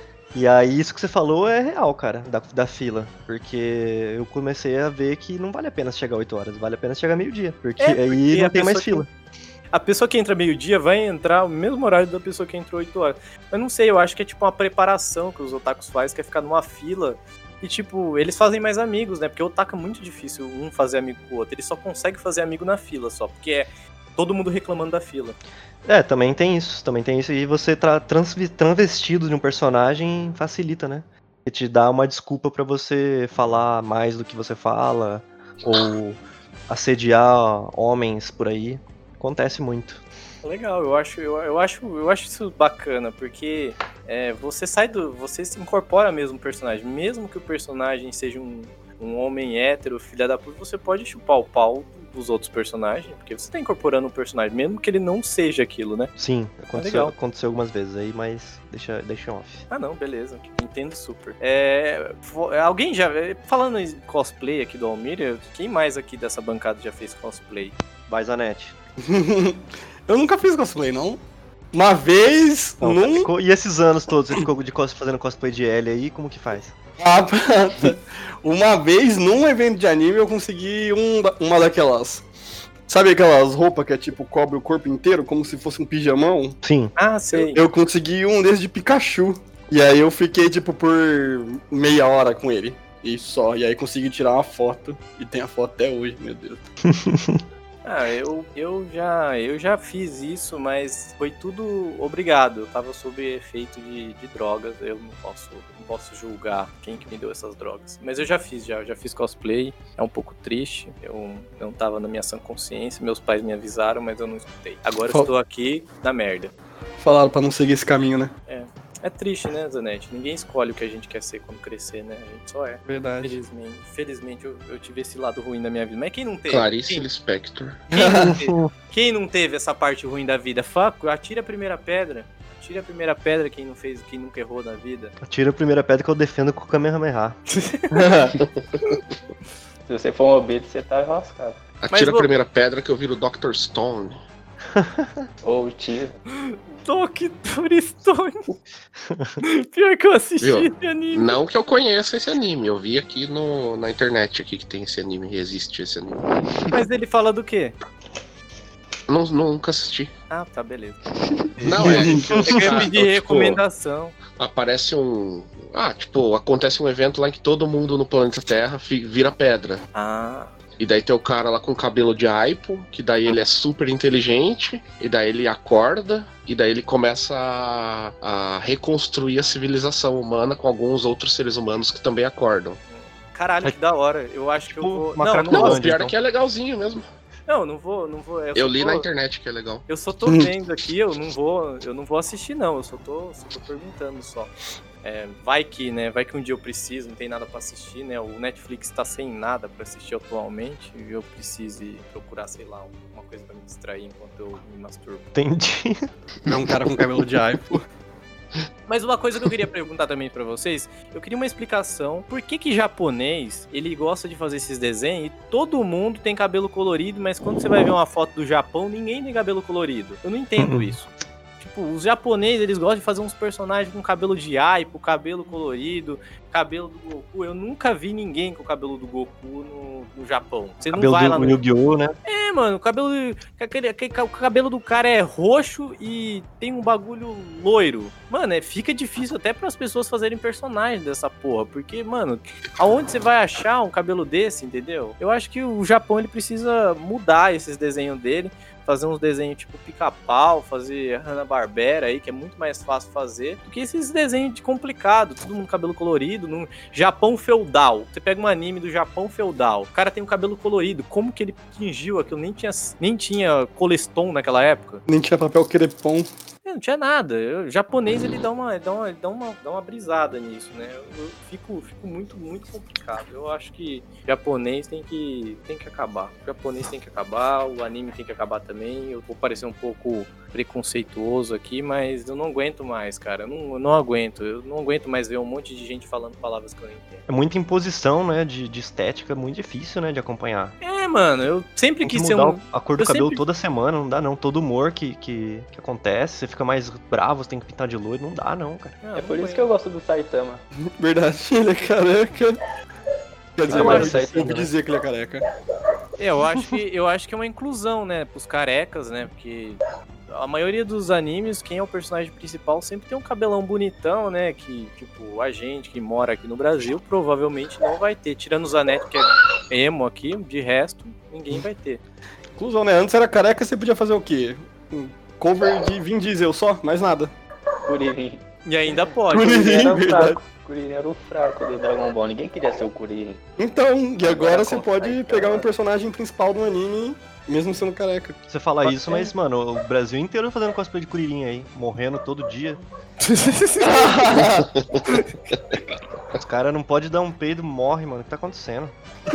E aí, isso que você falou é real, cara, da, da fila. Porque eu comecei a ver que não vale a pena chegar oito horas, vale a pena chegar meio-dia. Porque, é porque aí não tem mais fila. Que, a pessoa que entra meio-dia vai entrar no mesmo horário da pessoa que entrou oito horas. Eu não sei, eu acho que é tipo uma preparação que os otakus fazem, que é ficar numa fila. E, tipo, eles fazem mais amigos, né? Porque o otaku é muito difícil um fazer amigo com o outro. Ele só consegue fazer amigo na fila, só. Porque é todo mundo reclamando da fila. É, também tem isso, também tem isso. E você tra- trans- transvestido de um personagem facilita, né? E te dá uma desculpa pra você falar mais do que você fala, ou assediar homens por aí. Acontece muito. Legal, eu acho, eu, eu acho, eu acho isso bacana, porque é, você sai do. Você se incorpora mesmo no personagem. Mesmo que o personagem seja um, um homem hétero, filha da puta, você pode chupar o pau dos outros personagens, porque você tá incorporando um personagem, mesmo que ele não seja aquilo, né? Sim, aconteceu, aconteceu algumas vezes aí, mas deixa, deixa off. Ah não, beleza, entendo super. É, alguém já, falando em cosplay aqui do Almir, quem mais aqui dessa bancada já fez cosplay? Baizanete. Eu nunca fiz cosplay, não. Uma vez, não, num... ficou... E esses anos todos, você ficou de cos... fazendo cosplay de L aí, como que faz? Ah, uma vez, num evento de anime, eu consegui um, uma daquelas... Sabe aquelas roupas que é tipo, cobre o corpo inteiro, como se fosse um pijamão? Sim. Ah, sei. Eu, eu consegui um desses de Pikachu. E aí eu fiquei, tipo, por meia hora com ele. E só. E aí consegui tirar uma foto. E tem a foto até hoje, meu Deus. Ah, eu, eu, já, eu já fiz isso, mas foi tudo obrigado. Eu tava sob efeito de, de drogas, eu não posso, não posso julgar quem que me deu essas drogas. Mas eu já fiz, já, eu já fiz cosplay, é um pouco triste, eu não tava na minha sã consciência, meus pais me avisaram, mas eu não escutei. Agora Fal... eu estou aqui na merda. Falaram pra não seguir esse caminho, né? É. É triste, né, Zanetti? Ninguém escolhe o que a gente quer ser quando crescer, né? A gente só é. Verdade. Felizmente, felizmente eu, eu tive esse lado ruim da minha vida. Mas quem não teve? Clarice Quem, Lispector. quem, não teve? Quem não teve essa parte ruim da vida? Faco, atira a primeira pedra. Atira a primeira pedra quem não fez, quem nunca errou na vida. Atira a primeira pedra que eu defendo com o Kamehameha. Se você for um obeso, você tá lascado. Atira vou- a primeira pedra que eu viro doutor Stone. Ou tiro. doutor Stone. Pior que eu assisti Viu? esse anime. Não que eu conheça esse anime, eu vi aqui no, na internet aqui que tem esse anime, existe esse anime. Mas ele fala do quê? Não, nunca assisti. Ah, tá, beleza. Não, é. Eu queria Ah, pedir então, tipo, recomendação. aparece um. Ah, tipo, acontece um evento lá em que todo mundo no planeta Terra fi- vira pedra. Ah, E daí tem o cara lá com cabelo de aipo, que daí ele é super inteligente, e daí ele acorda, e daí ele começa a, a reconstruir a civilização humana com alguns outros seres humanos que também acordam. caralho, que da hora. Eu acho que eu Tipo, vou... uma Não, não, Cracolândia. Não, vou... o pior então. é que é legalzinho mesmo. não, não vou, não vou. Eu, Eu só li tô- na internet que é legal. Eu só tô vendo aqui, eu não vou, eu não vou assistir não, eu só tô, só tô perguntando só. É, vai que, né? Vai que um dia eu preciso, não tem nada pra assistir, né? O Netflix tá sem nada pra assistir atualmente e eu precise procurar, sei lá, uma coisa pra me distrair enquanto eu me masturbo. Entendi. É um cara com cabelo de aipo. Mas uma coisa que eu queria perguntar também pra vocês, eu queria uma explicação. Por que que japonês, ele gosta de fazer esses desenhos e todo mundo tem cabelo colorido, mas quando você vai ver uma foto do Japão, ninguém tem cabelo colorido? Eu não entendo isso. Tipo, os japoneses, eles gostam de fazer uns personagens com cabelo de aipo, cabelo colorido, cabelo do Goku. Eu nunca vi ninguém com o cabelo do Goku no, no Japão. Você não Cabelo vai lá do no... Yu-Gi-Oh, né? É, mano, o cabelo, aquele, aquele, o cabelo do cara é roxo e tem um bagulho loiro. Mano, é, fica difícil até para as pessoas fazerem personagem dessa porra. Porque, mano, aonde você vai achar um cabelo desse, entendeu? Eu acho que o Japão, ele precisa mudar esses desenhos dele. Fazer uns desenhos tipo Pica-Pau, fazer Hanna-Barbera aí, que é muito mais fácil fazer, do que esses desenhos de complicado, todo mundo com cabelo colorido, no Japão feudal. Você pega um anime do Japão feudal, o cara tem um cabelo colorido, como que ele tingiu aquilo? Nem tinha, nem tinha Coleston naquela época. Nem tinha papel crepom. É, não tinha nada. Eu- O japonês, ele dá uma, ele dá uma, ele dá uma, dá uma brisada nisso, né? Eu, eu fico, fico muito, muito complicado. Eu acho que japonês tem que, tem que acabar. O japonês tem que acabar, o anime tem que acabar também. Eu vou parecer um pouco preconceituoso aqui, mas eu não aguento mais, cara. Eu não, eu não aguento. Eu não aguento mais ver um monte de gente falando palavras que eu não entendo. É muita imposição, né? De, de estética, muito difícil, né? De acompanhar. É, mano, eu sempre Tem que quis ser mudar um... a cor do eu cabelo sempre- toda semana, não dá não. Todo humor que, que, que acontece, você fica mais bravo, você tem que pintar de loiro, não dá não, cara. Não, É por não isso que eu gosto do Saitama. Verdade, ele é careca. Quer dizer, Ah, mas mas isso aí eu ouvi dizer que ele é careca. É, eu acho que eu acho que é uma inclusão, né, pros carecas, né? Porque a maioria dos animes, quem é o personagem principal sempre tem um cabelão bonitão, né? Que, tipo, a gente que mora aqui no Brasil provavelmente não vai ter. Tirando o Zanetti, que é emo aqui, de resto, ninguém vai ter. Inclusão, né? Antes era careca, você podia fazer o quê? Um cover de Vin Diesel só, mais nada. Kuririn. E ainda pode. Kuririn. Kuririn era o verdade. fraco. Kuririn era o fraco do Dragon Ball. Ninguém queria ser o Kuririn. Então, e agora Agora você com pode Saitama. pegar um personagem principal do anime, mesmo sendo careca. Você fala Pode isso, ser. mas, mano, o Brasil inteiro fazendo cosplay de Kuririn aí, morrendo todo dia. Os caras não podem dar um peido, morre, mano. O que tá acontecendo?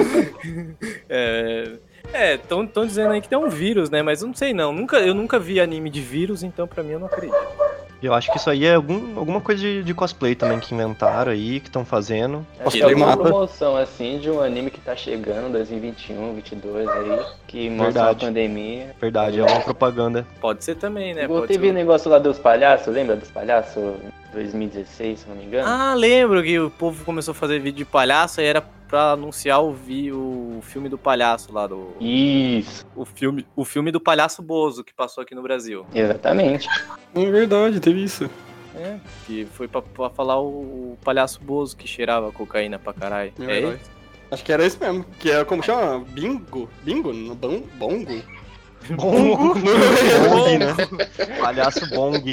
É, é tão, tão dizendo aí que tem um vírus, né? Mas eu não sei não. Nunca, eu nunca vi anime de vírus, então pra mim eu não acredito. Eu acho que isso aí é algum, alguma coisa de, de cosplay também que inventaram aí, que estão fazendo. Acho que Cosplay é uma mata. promoção assim de um anime que tá chegando, dois mil e vinte e um, vinte e dois aí, que mostra Verdade. a pandemia. Verdade, é uma propaganda. Pode ser também, né? Igual Pode teve ser... o negócio lá dos palhaços, lembra dos palhaços? dois mil e dezesseis, se não me engano. Ah, lembro que o povo começou a fazer vídeo de palhaço e era pra anunciar o, vi, o filme do palhaço lá do... Isso, O filme, o filme do Palhaço Bozo que passou aqui no Brasil. exatamente. É verdade, teve isso. É, que foi pra, pra falar o, o Palhaço Bozo que cheirava cocaína pra caralho. É É, verdade. isso? Acho que era isso mesmo. Que é como chama? Bingo? Bingo? No bom- bongo? Bongo. Bong, né? Palhaço Bong.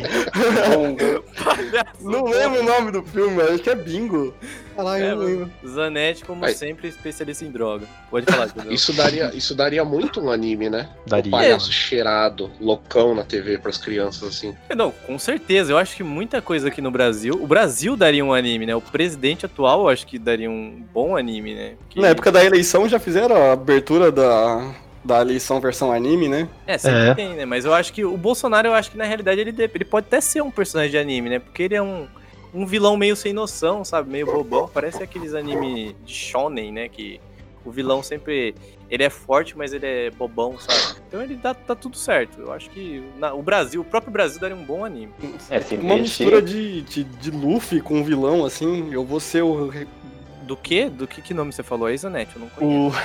Não lembro o nome do filme, acho que é Bingo. Caralho, É, eu não lembro. Zanetti, como Mas- sempre, especialista em droga. Pode falar, Júlio. Isso daria, isso daria muito um anime, né? Daria. O palhaço cheirado, loucão na T V pras crianças, assim. Não, com certeza. Eu acho que muita coisa aqui no Brasil. O Brasil daria um anime, né? O presidente atual, eu acho que daria um bom anime, né? Porque- Na época da eleição já fizeram a abertura da, da eleição versão anime, né? É, sempre É. tem, né? Mas eu acho que o Bolsonaro, eu acho que na realidade ele, de- ele pode até ser um personagem de anime, né? Porque ele é um, um vilão meio sem noção, sabe? Meio bobão. Parece aqueles anime de shonen, né? Que o vilão sempre... Ele é forte, mas ele é bobão, sabe? Então ele dá, tá tudo certo. Eu acho que na- o Brasil, o próprio Brasil daria um bom anime. É, se Uma mexer, mistura de, de, de Luffy com um vilão, assim. Eu vou ser o. Do quê? Do que, que nome você falou aí, Zanetti? Eu não conheço.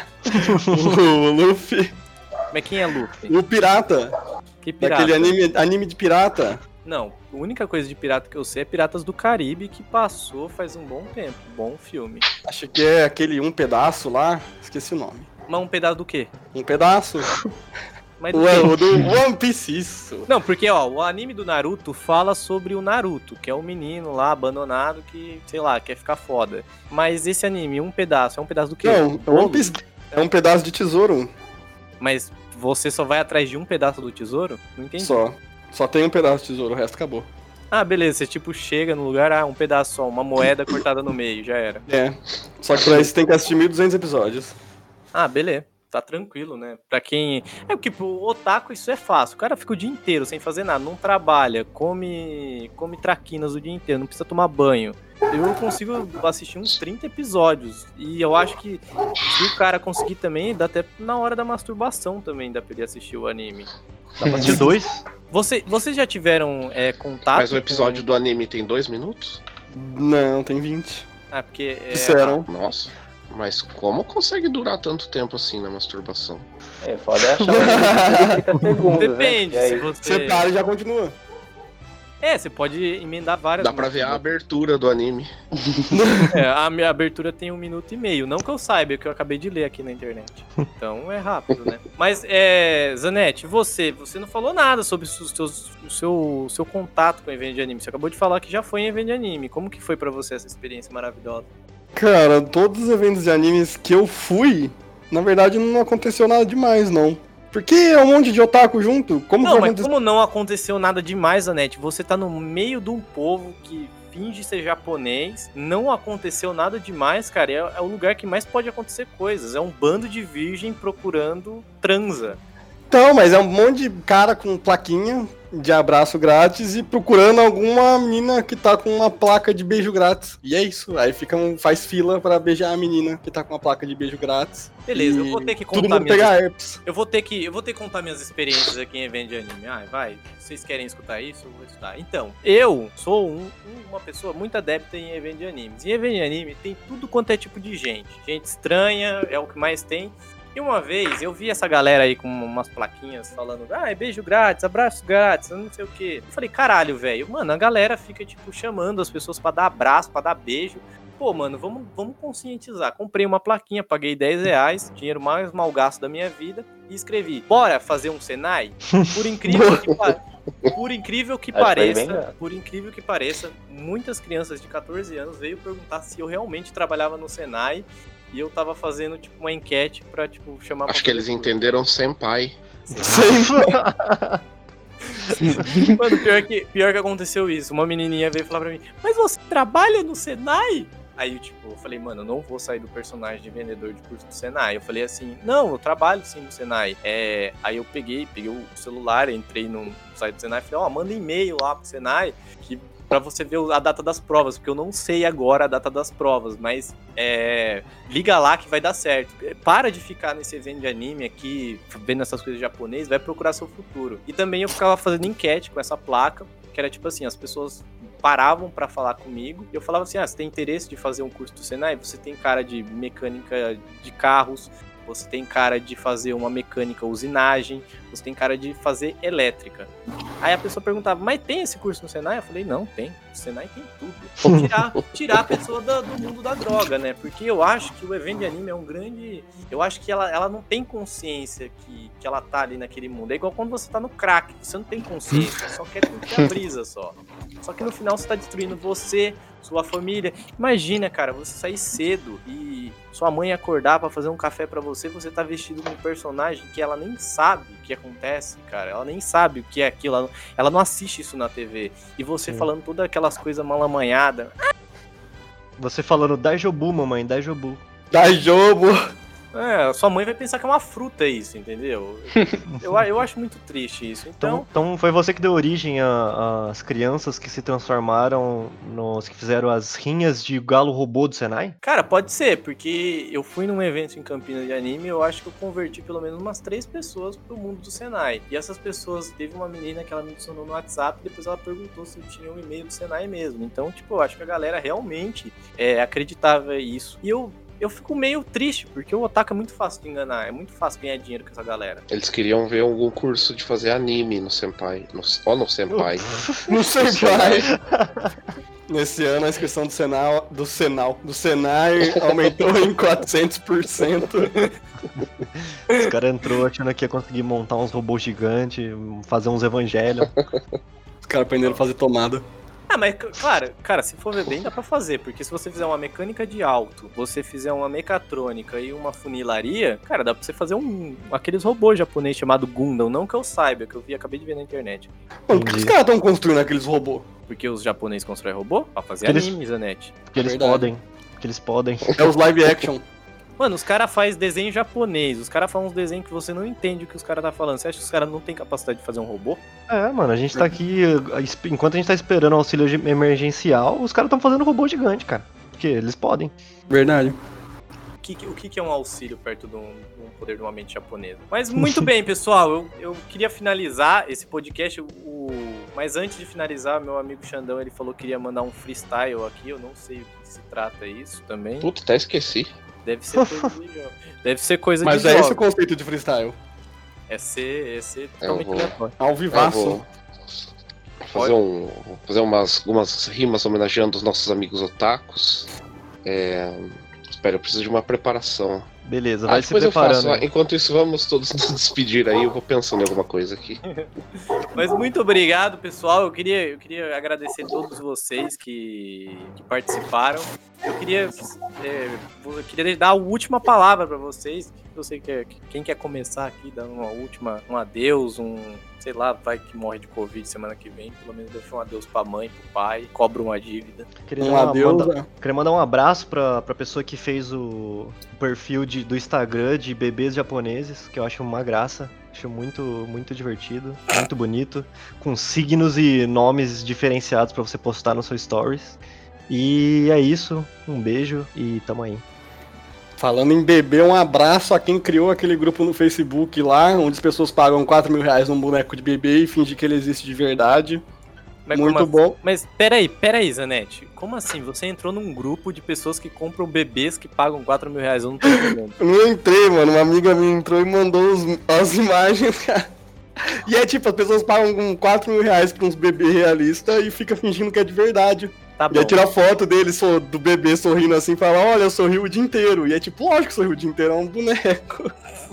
O, o Luffy. Mas quem é Luffy? O pirata. Que pirata? Daquele anime, anime de pirata. Não, a única coisa de pirata que eu sei é Piratas do Caribe, que passou faz um bom tempo. Bom filme. Acho que é aquele um pedaço lá. Esqueci o nome. Mas um pedaço do quê? Um pedaço. Mas do O, quê? o do One Piece, isso. Não, porque, ó, o anime do Naruto fala sobre o Naruto, que é um menino lá, abandonado, que, sei lá, quer ficar foda. Mas esse anime, um pedaço, é um pedaço do quê? Não, o One Piece é um pedaço de tesouro. Mas você só vai atrás de um pedaço do tesouro? Não entendi. Só. Só tem um pedaço de tesouro, o resto acabou. Ah, beleza, você tipo chega no lugar, ah, um pedaço só, uma moeda cortada no meio, já era. É. Só que pra isso tem que assistir mil e duzentos episódios. Ah, beleza. Tá tranquilo, né? Pra quem... É porque pro otaku isso é fácil. O cara fica o dia inteiro sem fazer nada, não trabalha, come come traquinas o dia inteiro, não precisa tomar banho. Eu consigo assistir uns trinta episódios. E eu acho que se o cara conseguir também, dá até na hora da masturbação também, dá pra ele assistir o anime. Dá pra assistir dois? Você, vocês já tiveram é, contato Mas o episódio com... do anime tem dois minutos? Não, tem vinte. Ah, porque... É... Disseram. Nossa. Mas como consegue durar tanto tempo assim na masturbação? é foda é achar um anime de trinta segundos, Depende, né? se E aí, você... Você para e já continua. É, você pode emendar várias... Dá pra ver a abertura do anime. É, a minha abertura tem um minuto e meio. Não que eu saiba, é que eu acabei de ler aqui na internet. Então é rápido, né? Mas, é, Zanetti, você, você não falou nada sobre os seus, o seu, o seu contato com o evento de anime. Você acabou de falar que já foi em evento de anime. Como que foi pra você essa experiência maravilhosa? Cara, todos os eventos de animes que eu fui, na verdade não aconteceu nada demais, não. Porque é um monte de otaku junto. Como Não, vai mas acontecer? como não aconteceu nada demais, Zanetti? Você tá no meio de um povo que finge ser japonês, não aconteceu nada demais, cara. É, é o lugar que mais pode acontecer coisas. É um bando de virgem procurando transa. Então, mas é um monte de cara com plaquinha de abraço grátis e procurando alguma menina que tá com uma placa de beijo grátis. E é isso. Aí fica um, faz fila pra beijar a menina que tá com uma placa de beijo grátis. Beleza, E eu vou ter que todo contar mundo minhas pega herpes. Eu vou ter que, eu vou ter que contar minhas experiências aqui em evento de anime. Ai, vai. Vocês querem escutar isso? Eu vou escutar. Então, eu sou um- um- uma pessoa muito adepta em evento de animes. Em evento de anime tem tudo quanto é tipo de gente. Gente estranha, é o que mais tem. E uma vez eu vi essa galera aí com umas plaquinhas falando, ah, é beijo grátis, abraço grátis, eu não sei o quê. Eu falei, caralho, velho, mano, a galera fica, tipo, chamando as pessoas pra dar abraço, pra dar beijo. Pô, mano, vamos, vamos conscientizar. Comprei uma plaquinha, paguei dez reais, dinheiro mais mal gasto da minha vida, e escrevi, bora fazer um Senai? Por incrível que pareça. Por incrível que Acho que foi bem pareça, gasto. por incrível que pareça, muitas crianças de catorze anos veio perguntar se eu realmente trabalhava no Senai e eu tava fazendo tipo uma enquete pra tipo chamar Acho pra que eles fazer entenderam senpai. curso. Mano, pior que, pior que aconteceu isso. Uma menininha veio falar pra mim, mas você trabalha no Senai? Aí, tipo, eu falei, mano, eu não vou sair do personagem de vendedor de curso do Senai. Eu falei assim, não, eu trabalho sim no Senai. É, aí eu peguei, peguei o celular, entrei no site do Senai e falei, ó, oh, manda e-mail lá pro Senai que, pra você ver a data das provas, porque eu não sei agora a data das provas, mas é, liga lá que vai dar certo. Para de ficar nesse evento de anime aqui, vendo essas coisas japonesas, vai procurar seu futuro. E também eu ficava fazendo enquete com essa placa, que era tipo assim, as pessoas paravam pra falar comigo, e eu falava assim, ah, você tem interesse de fazer um curso do Senai? Você tem cara de mecânica de carros, você tem cara de fazer uma mecânica usinagem, você tem cara de fazer elétrica. Aí a pessoa perguntava, mas tem esse curso no Senai? Eu falei, não, tem. O Senai tem tudo. Tirar, tirar a pessoa do, do mundo da droga, né? Porque eu acho que o evento de anime é um grande... Eu acho que ela, ela não tem consciência que, que ela tá ali naquele mundo. É igual quando você tá no crack, você não tem consciência, só quer curtir a brisa só. Só que no final você tá destruindo você, sua família. Imagina, cara, você sair cedo e sua mãe acordar pra fazer um café pra você, você tá vestido com um personagem que ela nem sabe o que acontece, cara. Ela nem sabe o que é aquilo, ela, ela não assiste isso na T V. E você Sim. falando todas aquelas coisas mal amanhadas. Você falando Daijobu, mamãe, Daijobu. Daijobu! É, sua mãe vai pensar que é uma fruta isso, entendeu? Eu, eu acho muito triste isso. Então... então, então foi você que deu origem às crianças que se transformaram nos que fizeram as rinhas de galo robô do Senai? Cara, pode ser, porque eu fui num evento em Campinas de anime e eu acho que eu converti pelo menos umas três pessoas pro mundo do Senai. E essas pessoas, teve uma menina que ela me adicionou no WhatsApp e depois ela perguntou se eu tinha um e-mail do Senai mesmo. Então, tipo, eu acho que a galera realmente é, acreditava nisso. E eu Eu fico meio triste, porque o otaku é muito fácil de enganar, é muito fácil ganhar dinheiro com essa galera. Eles queriam ver algum curso de fazer anime no Senpai. No, ó, no Senpai. No Senpai. Nesse ano a inscrição do Senai, do Senai, do Senai aumentou em quatrocentos por cento. Os caras entrou achando que ia conseguir montar uns robôs gigantes, fazer uns evangelhos. Os caras aprenderam a fazer tomada. Ah, mas, claro, cara, se for ver bem, dá pra fazer, porque se você fizer uma mecânica de alto, você fizer uma mecatrônica e uma funilaria, cara, dá pra você fazer um, aqueles robôs japoneses chamado Gundam, não que eu saiba, que eu vi, acabei de ver na internet. Mano, por que os caras estão construindo aqueles robôs? Porque os japoneses constroem robô? Pra fazer Eles... anime, Zanetti. Porque eles Verdade. podem, porque eles podem. É os live action. Mano, os caras fazem desenho japonês, os caras fazem uns desenhos que você não entende o que os caras tá falando. Você acha que os caras não têm capacidade de fazer um robô? É, mano, a gente tá aqui, enquanto a gente tá esperando o auxílio emergencial, os caras tão fazendo robô gigante, cara. Porque eles podem. Verdade. O que, o que é um auxílio perto de um, de um poder de uma mente japonesa? Mas muito bem, pessoal, eu, eu queria finalizar esse podcast, o, mas antes de finalizar, meu amigo Xandão, ele falou que queria mandar um freestyle aqui, eu não sei o que se trata isso também. Puta, até esqueci. Deve ser coisa de jogo. Deve ser coisa Mas de é jogo. esse o conceito de freestyle. É ser, é ser totalmente vou... aleatório. Ao vivaço. Eu vou fazer, um, fazer umas, algumas rimas homenageando os nossos amigos otakus. É... Espera, eu preciso de uma preparação. Beleza, vai ah, se depois preparando. eu faço. Enquanto isso, vamos todos nos despedir aí. Eu vou pensando em alguma coisa aqui. Mas muito obrigado, pessoal. Eu queria, eu queria agradecer a todos vocês que, que participaram. Eu queria, é, eu queria dar a última palavra para vocês. Eu sei que quem quer começar aqui, dando uma última, um adeus, um, sei lá, vai que morre de Covid semana que vem. Pelo menos deixa um adeus pra mãe, pro pai, cobra uma dívida. Queria, Um dar uma- adeus, manda- né? queria mandar um abraço pra, pra pessoa que fez o, o perfil de, do Instagram de bebês japoneses, que eu acho uma graça. Acho muito, muito divertido, muito bonito, com signos e nomes diferenciados pra você postar no seu stories. E é isso, um beijo e tamo aí. Falando em bebê, um abraço a quem criou aquele grupo no Facebook lá, onde as pessoas pagam quatro mil reais num boneco de bebê e fingem que ele existe de verdade. Mas Muito como bom. assim? Mas peraí, peraí, Zanetti. Como assim? Você entrou num grupo de pessoas que compram bebês que pagam quatro mil reais? Eu não tô entendendo. Eu não entrei, mano. Uma amiga minha entrou e mandou os- as imagens, cara. E é tipo, as pessoas pagam com quatro mil reais pra uns bebês realistas e fica fingindo que é de verdade. Tá E bom. aí tira foto dele, so- do bebê sorrindo assim e fala, olha, eu sorri o dia inteiro. E é tipo, lógico que sorriu o dia inteiro, é um boneco.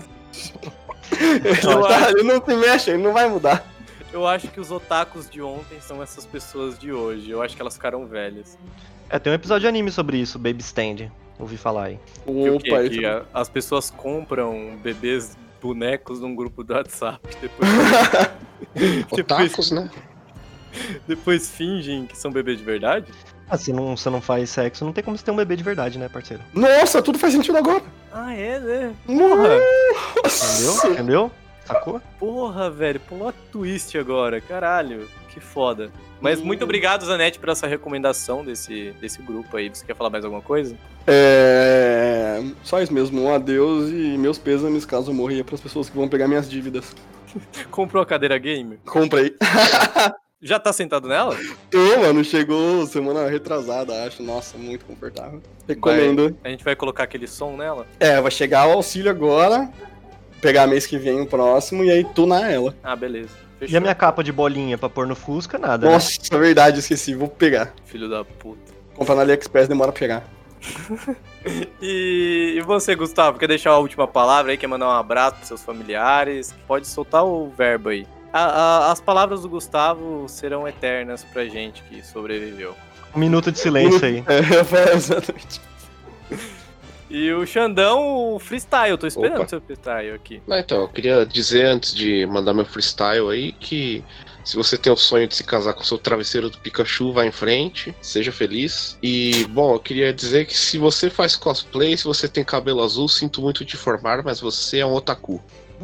Ele, tá- ele não se mexe, ele não vai mudar. Eu acho que os otakus de ontem são essas pessoas de hoje. Eu acho que elas ficaram velhas. É, tem um episódio de anime sobre isso, Baby Stand. Ouvi falar aí. Que o quê? Opa, Que isso... a- as pessoas compram bebês bonecos num grupo do WhatsApp. Depois, depois, Otakus, né? depois fingem que são bebês de verdade. Ah, se não, você não faz sexo, não tem como você ter um bebê de verdade, né, parceiro? Nossa, tudo faz sentido agora. Ah, é, né? Porra! Entendeu? Entendeu? Sacou? Porra, velho. Plot twist agora. Caralho. Que foda. Mas Hum. muito obrigado, Zanetti, por essa recomendação desse, desse grupo aí. Você quer falar mais alguma coisa? É... Só isso mesmo, um adeus e meus pêsames caso eu morrer para as pessoas que vão pegar minhas dívidas. Comprou a cadeira gamer? Comprei. Já tá sentado nela? Tô, mano, chegou semana retrasada, acho. Nossa, muito confortável. Recomendo. Vai, a gente vai colocar aquele som nela? É, vai chegar o auxílio agora, pegar mês que vem o próximo e aí tunar ela. Ah, beleza. Fechou. E a minha capa de bolinha pra pôr no Fusca, nada. né? Nossa, é verdade, esqueci, vou pegar. Filho da puta. Comprar na AliExpress demora pra chegar. E, e você, Gustavo, quer deixar a última palavra aí? Quer mandar um abraço pros seus familiares? Pode soltar o verbo aí. A, a, as palavras do Gustavo serão eternas pra gente que sobreviveu. Um minuto de silêncio aí. É, foi exatamente. E o Xandão, o freestyle, eu tô esperando Opa. seu freestyle aqui. Ah, então, eu queria dizer antes de mandar meu freestyle aí que se você tem o sonho de se casar com o seu travesseiro do Pikachu, vá em frente, seja feliz. E, bom, eu queria dizer que se você faz cosplay, se você tem cabelo azul, sinto muito te informar, mas você é um otaku.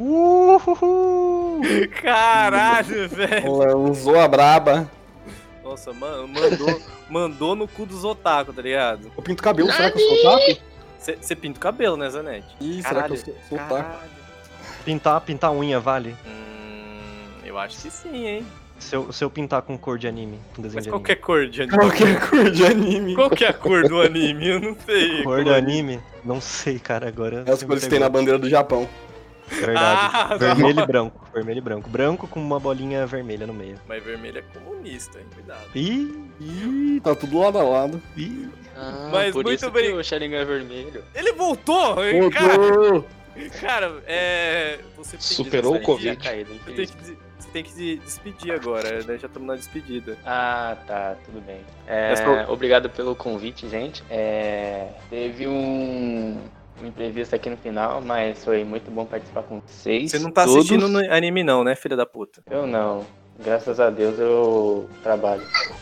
Uhul. Caralho, velho. Ela usou a braba. Nossa, mano, mandou, mandou no cu dos otaku, tá ligado? Eu pinto cabelo, será que eu sou otaku? Você pinta o cabelo, né, Zanetti? Ih, será que Caralho, eu sou, sou otaku? caralho. Pintar, pintar unha vale? Hum, eu acho que sim, hein? Se eu, se eu pintar com cor de anime, com desenho Mas de qual que é anime. cor de anime? Qualquer cor de anime. Qual que é a cor do anime? Eu não sei. Cor do anime? Não sei, cara, agora... É as você me cores que tem na pegou. bandeira do Japão. Verdade. Ah, vermelho não. e branco. Vermelho e branco. Branco com uma bolinha vermelha no meio. Mas vermelho é comunista, hein? Cuidado. Ih, Ih, tá tudo lado a lado. ih. Ah, Mas por muito isso bem- que o Sharingan é vermelho. Ele voltou! Cara, Voltou! cara, é... Você tem que Superou o despedir. Covid. Tinha caído, Você tem, infeliz. que, des- você tem que se despedir agora, né? Já estamos na despedida. Ah, tá, tudo bem. É, Eu sou- Obrigado pelo convite, gente. É, teve um, um imprevisto aqui no final, mas foi muito bom participar com vocês. Você não tá todos. assistindo no anime não, né, filha da puta? Eu não. Graças a Deus eu trabalho.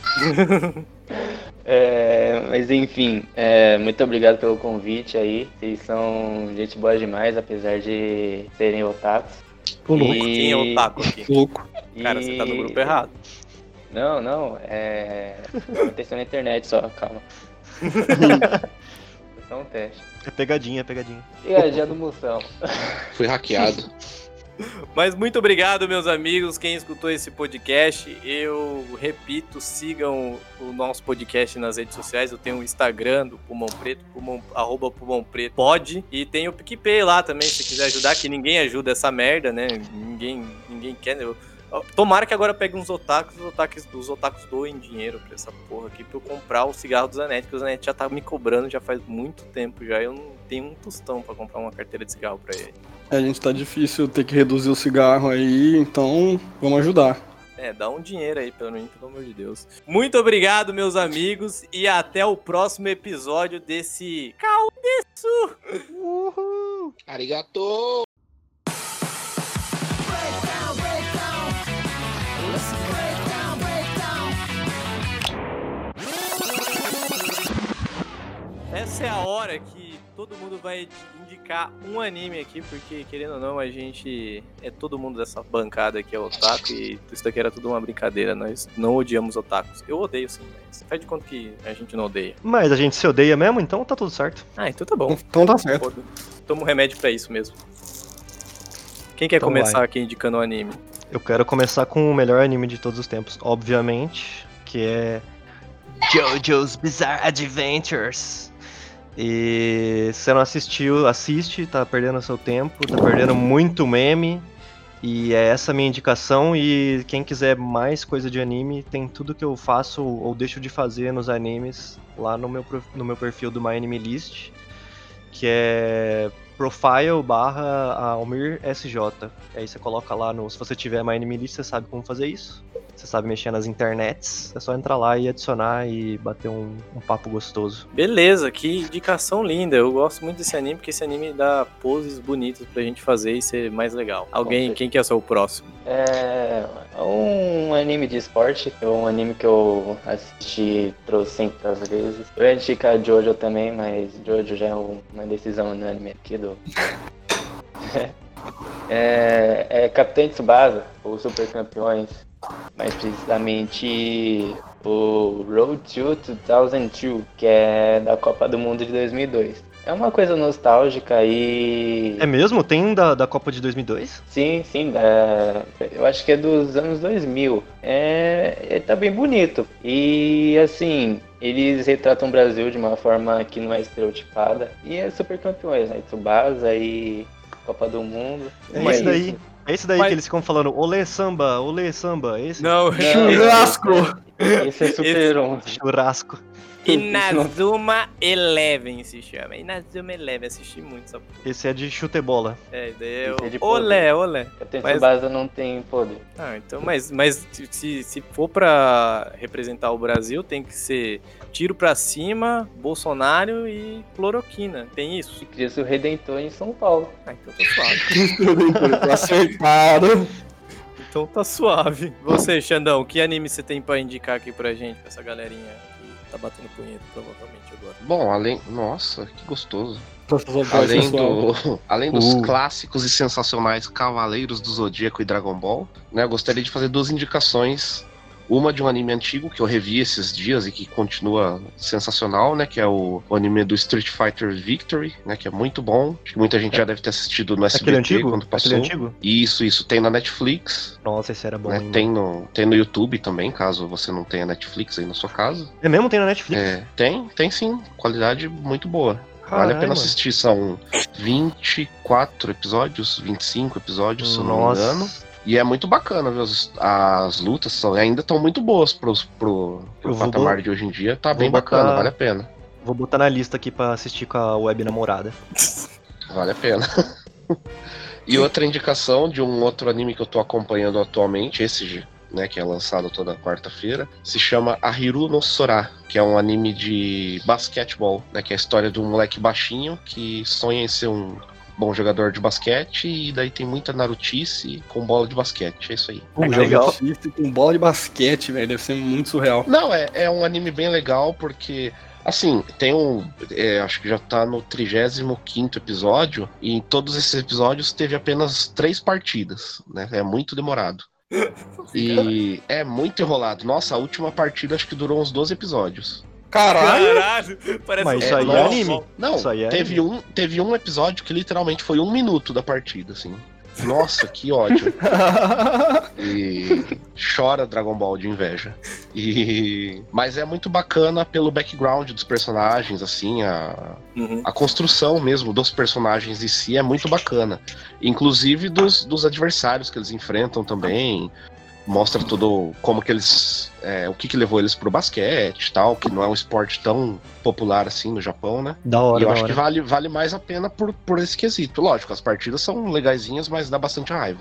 É, mas enfim, é, muito obrigado pelo convite aí. Vocês são gente boa demais, apesar de serem otakus. Ô, louco. Quem é o otaku aqui? Louco. Cara, você tá no grupo errado. Não, não, é. Aconteceu na internet só, calma. É só um teste. É pegadinha, é pegadinha. Pegadinha do Moção. Fui hackeado. Mas muito obrigado, meus amigos, quem escutou esse podcast. Eu repito, sigam o nosso podcast nas redes sociais. Eu tenho o Instagram do Pulmão Preto, pulmão, arroba Pulmão Preto, pode. E tem o PicPay lá também, se quiser ajudar, que ninguém ajuda essa merda, né? Ninguém, ninguém quer. Eu, tomara que agora pegue uns otakus, os otakus, os otakus doem dinheiro pra essa porra aqui, pra eu comprar o cigarro do Zanetti, que o Zanetti já tá me cobrando já faz muito tempo já. Eu não tenho um tostão pra comprar uma carteira de cigarro pra ele. A gente tá difícil ter que reduzir o cigarro aí, então vamos ajudar. É, dá um dinheiro aí pra mim, pelo amor de Deus. Muito obrigado, meus amigos, e até o próximo episódio desse Caldesu! Uhul. Arigato! Essa é a hora que todo mundo vai indicar um anime aqui, porque, querendo ou não, a gente é todo mundo dessa bancada aqui, é otaku, e isso daqui era tudo uma brincadeira, nós não odiamos otakus. Eu odeio sim, mas faz de conta que a gente não odeia. Mas a gente se odeia mesmo, então tá tudo certo. Ah, então tá bom. Então tá certo. Foda. Toma um remédio pra isso mesmo. Quem quer Então começar vai. aqui indicando o anime? Eu quero começar com o melhor anime de todos os tempos, obviamente, que é JoJo's Bizarre Adventures. E se você não assistiu, assiste, tá perdendo seu tempo, tá perdendo muito meme. E é essa a minha indicação. E quem quiser mais coisa de anime, tem tudo que eu faço ou deixo de fazer nos animes lá no meu, prof- no meu perfil do My Anime List, que é profile barra Almir S J. Aí você coloca lá no. Se você tiver My Anime List, você sabe como fazer isso. Você sabe mexer nas internets. É só entrar lá e adicionar e bater um, um papo gostoso. Beleza, que indicação linda. Eu gosto muito desse anime, porque esse anime dá poses bonitas pra gente fazer e ser mais legal. Alguém, quem que é o seu próximo? É um anime de esporte, é um anime que eu assisti trocentas vezes. Eu ia indicar Jojo também, mas Jojo já é uma decisão unânime aqui do... é, é Capitão Tsubasa, ou Super Campeões, mais precisamente o Road to dois mil e dois, que é da Copa do Mundo de dois mil e dois. É uma coisa nostálgica e... É mesmo? Tem um da, da Copa de dois mil e dois? Sim, sim, da... eu acho que é dos anos dois mil. É... é tá bem bonito. E, assim, eles retratam o Brasil de uma forma que não é estereotipada. E é super campeões, né? Tsubasa e Copa do Mundo. É Mas esse daí. É esse daí Mas- que eles ficam falando, olê samba, olê samba, esse Não, Churrasco! Esse é Super onze. churrasco. Inazuma Eleven se chama. Inazuma Eleven, assisti muito essa porra. Esse é de chutebola. É, daí é Esse é de o... Olé, olé. Até Mas- Tsubasa não tem poder. Ah, então, mas, mas se, se for pra representar o Brasil, tem que ser tiro pra cima, Bolsonaro e cloroquina. Tem isso? E Cristo Redentor em São Paulo. Ah, então tá suave. Acertado. Então tá suave. Você, Xandão, que anime você tem pra indicar aqui pra gente, pra essa galerinha que tá batendo punheta provavelmente agora? Bom, além. Nossa, que gostoso. Nossa, Além, do, além dos Uh. clássicos e sensacionais Cavaleiros do Zodíaco e Dragon Ball, né, eu gostaria de fazer duas indicações. Uma de um anime antigo que eu revi esses dias e que continua sensacional, né? Que é o, o anime do Street Fighter Victory, né? Que é muito bom. Acho que muita gente já deve ter assistido no S B T Aquele antigo? quando passou. Aquele antigo? Isso, isso. Tem na Netflix, Nossa, esse era bom, né? hein, Tem mano. no, tem no YouTube também, caso você não tenha Netflix aí na sua casa. É mesmo? Tem na Netflix? É, tem, tem sim. Qualidade muito boa. Caralho, Vale a pena mano. assistir, são vinte e quatro episódios, vinte e cinco episódios, se eu não me Nossa. engano. E é muito bacana, viu? As, as lutas são, ainda estão muito boas pros, pro, pro Eu vou patamar bo- de hoje em dia. Tá vou bem botar- bacana, vale a pena. Vou botar na lista aqui pra assistir com a web namorada. Vale a pena. E outra indicação de um outro anime que eu tô acompanhando atualmente, esse, né, que é lançado toda quarta-feira, se chama Ahiru no Sora, que é um anime de basquetebol, né, que é a história de um moleque baixinho que sonha em ser um bom jogador de basquete e daí tem muita narutice com bola de basquete, é isso aí. Uh, já Legal. ouvi- Com bola de basquete, velho. Deve ser muito surreal. Não, é, é um anime bem legal porque, assim, tem um. é, acho que já tá no trigésimo quinto episódio, e em todos esses episódios teve apenas três partidas, né? É muito demorado. E é muito enrolado. Nossa, a última partida acho que durou uns doze episódios. Caralho! Caralho! Parece Mas um isso aí é nossa. anime. Não, Isso aí é teve, um, teve um episódio que literalmente foi um minuto da partida, assim. Nossa, que ódio. E chora Dragon Ball de inveja. E mas é muito bacana pelo background dos personagens, assim, a, Uhum. a construção mesmo dos personagens em si é muito bacana. Inclusive dos, dos adversários que eles enfrentam também. Mostra tudo como que eles. É, o que, que levou eles pro basquete e tal, que não é um esporte tão popular assim no Japão, né? Da E hora, eu da acho hora. que vale, vale mais a pena por, por esse quesito. Lógico, as partidas são legaisinhas, mas dá bastante raiva.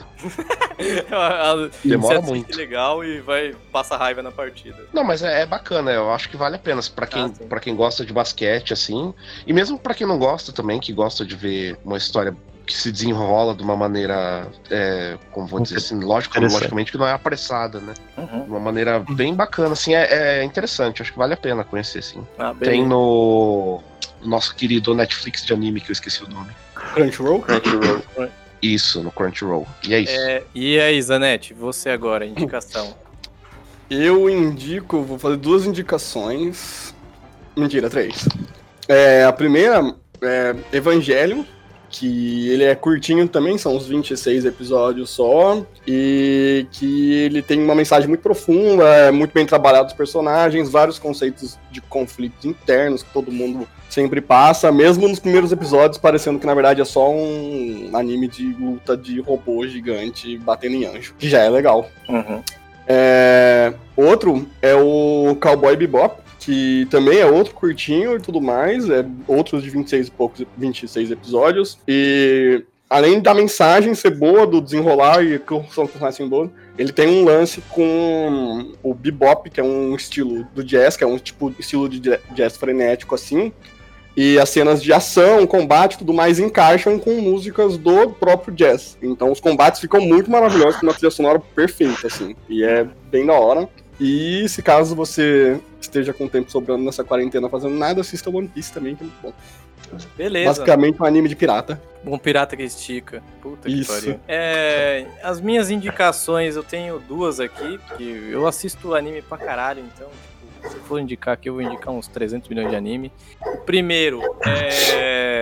Demora Você assiste muito. legal e vai passa raiva na partida. Não, mas é, é bacana, eu acho que vale a pena pra quem, Ah, sim. pra quem gosta de basquete, assim. E mesmo pra quem não gosta também, que gosta de ver uma história que se desenrola de uma maneira, é, como vou dizer assim, lógico, Interessante. logicamente que não é apressada, né? Uhum. De uma maneira bem bacana, assim, é, é interessante, acho que vale a pena conhecer, sim. Ah, beleza. Tem no nosso querido Netflix de anime, que eu esqueci o nome. Crunchyroll? Crunchyroll. Isso, no Crunchyroll. E é isso. É, e aí, Zanetti, você agora, indicação. Eu indico, vou fazer duas indicações. Mentira, três. É, a primeira é Evangelion, que ele é curtinho também, são uns vinte e seis episódios só, e que ele tem uma mensagem muito profunda, é muito bem trabalhado os personagens, vários conceitos de conflitos internos que todo mundo sempre passa, mesmo nos primeiros episódios parecendo que na verdade é só um anime de luta de robô gigante batendo em anjo, que já é legal. Uhum. É, outro é o Cowboy Bebop, que também é outro curtinho e tudo mais, é outros de vinte e seis e poucos, vinte e seis episódios, e além da mensagem ser boa, do desenrolar e que são personagens boas, ele tem um lance com o bebop, que é um estilo do jazz, que é um tipo estilo de jazz frenético assim, e as cenas de ação, combate e tudo mais encaixam com músicas do próprio jazz. Então os combates ficam muito maravilhosos, com uma trilha sonora perfeita, assim, e é bem da hora. E se caso você esteja com o tempo sobrando nessa quarentena fazendo nada, assista One Piece também, que é muito bom. Beleza. Basicamente um anime de pirata. Um pirata que estica. Puta que Isso. pariu. É, as minhas indicações, eu tenho duas aqui, que eu assisto anime pra caralho, então, tipo, se for indicar aqui, eu vou indicar uns trezentos milhões de anime. O primeiro é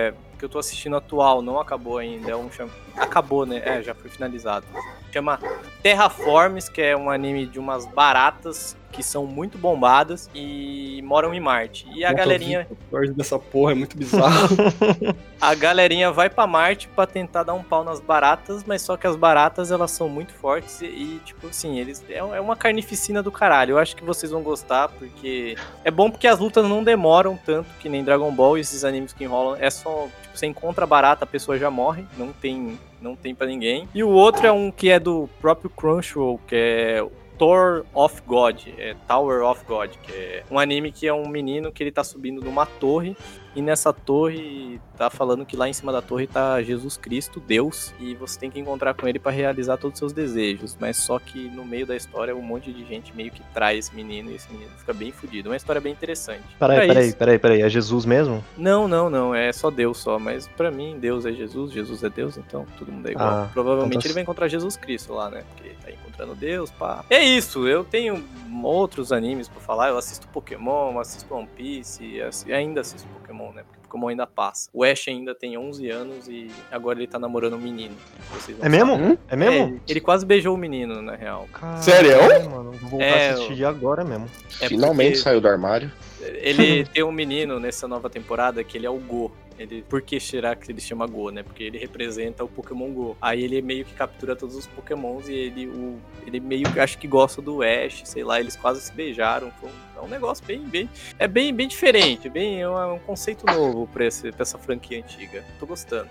que eu tô assistindo atual, não acabou ainda, é um chama... acabou, né? É, já foi finalizado. Chama Terraforms, que é um anime de umas baratas que são muito bombadas e moram em Marte. E a Puta, galerinha... O stories dessa porra é muito bizarro. A galerinha vai pra Marte pra tentar dar um pau nas baratas, mas só que as baratas, elas são muito fortes e, e, tipo assim, eles é é uma carnificina do caralho. Eu acho que vocês vão gostar, porque é bom porque as lutas não demoram tanto, que nem Dragon Ball e esses animes que enrolam. É só, tipo, você encontra a barata, a pessoa já morre, não tem, não tem pra ninguém. E o outro é um que é do próprio Crunchyroll, que é Tower of God, é Tower of God, que é um anime que é um menino que ele tá subindo numa torre, e nessa torre tá falando que lá em cima da torre tá Jesus Cristo, Deus, e você tem que encontrar com ele pra realizar todos os seus desejos, mas só que no meio da história um monte de gente meio que trai esse menino, e esse menino fica bem fudido. Uma história bem interessante. Peraí, Pra peraí, isso- peraí, peraí. É Jesus mesmo? Não, não, não, é só Deus só, mas pra mim Deus é Jesus, Jesus é Deus, então todo mundo é igual. Ah, Provavelmente então tá- ele vai encontrar Jesus Cristo lá, né? Porque ele tá encontrando Deus, pá. É isso, eu tenho outros animes pra falar, eu assisto Pokémon, assisto One Piece, assi- ainda assisto Pokémon, né? Porque Pokémon ainda passa. O Ash ainda tem onze anos e agora ele tá namorando um menino. Vocês não É mesmo? sabem. É mesmo? É, ele quase beijou o menino, na real. Caralho, Sério? mano, vou voltar É, a assistir agora mesmo. É Finalmente porque- saiu do armário. Ele tem um menino nessa nova temporada que ele é o Go. Ele, por que será que ele chama Go, né? Porque ele representa o Pokémon Go. Aí ele meio que captura todos os Pokémons e ele, o, ele meio que acho que gosta do Ash, sei lá, eles quase se beijaram. Foi um, é um negócio bem, bem. É bem, bem diferente, bem, é um, é um conceito novo pra, esse, pra essa franquia antiga. Tô gostando.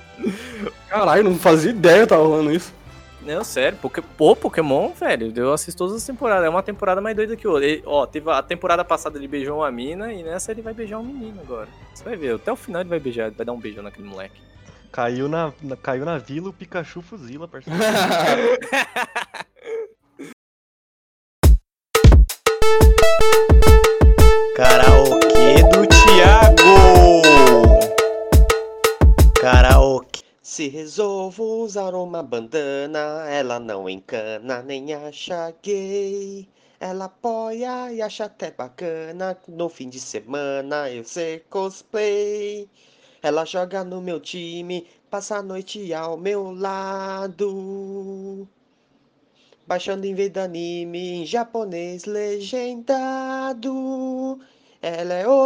Caralho, não fazia ideia que tava rolando isso. Não, sério, Poké... Pô, Pokémon, velho, eu assisto todas as temporadas, é uma temporada mais doida que outra. Ele, ó, teve a temporada passada ele beijou uma mina e nessa ele vai beijar um menino agora. Você vai ver, até o final ele vai beijar, ele vai dar um beijão naquele moleque. Caiu na, na- caiu na vila, o Pikachu fuzila, parceiro. Karaokê do Thiago. Karaokê. Se resolvo usar uma bandana, ela não encana nem acha gay. Ela apoia e acha até bacana. No fim de semana eu ser cosplay. Ela joga no meu time, passa a noite ao meu lado. Baixando Invade Anime em japonês legendado. Ela é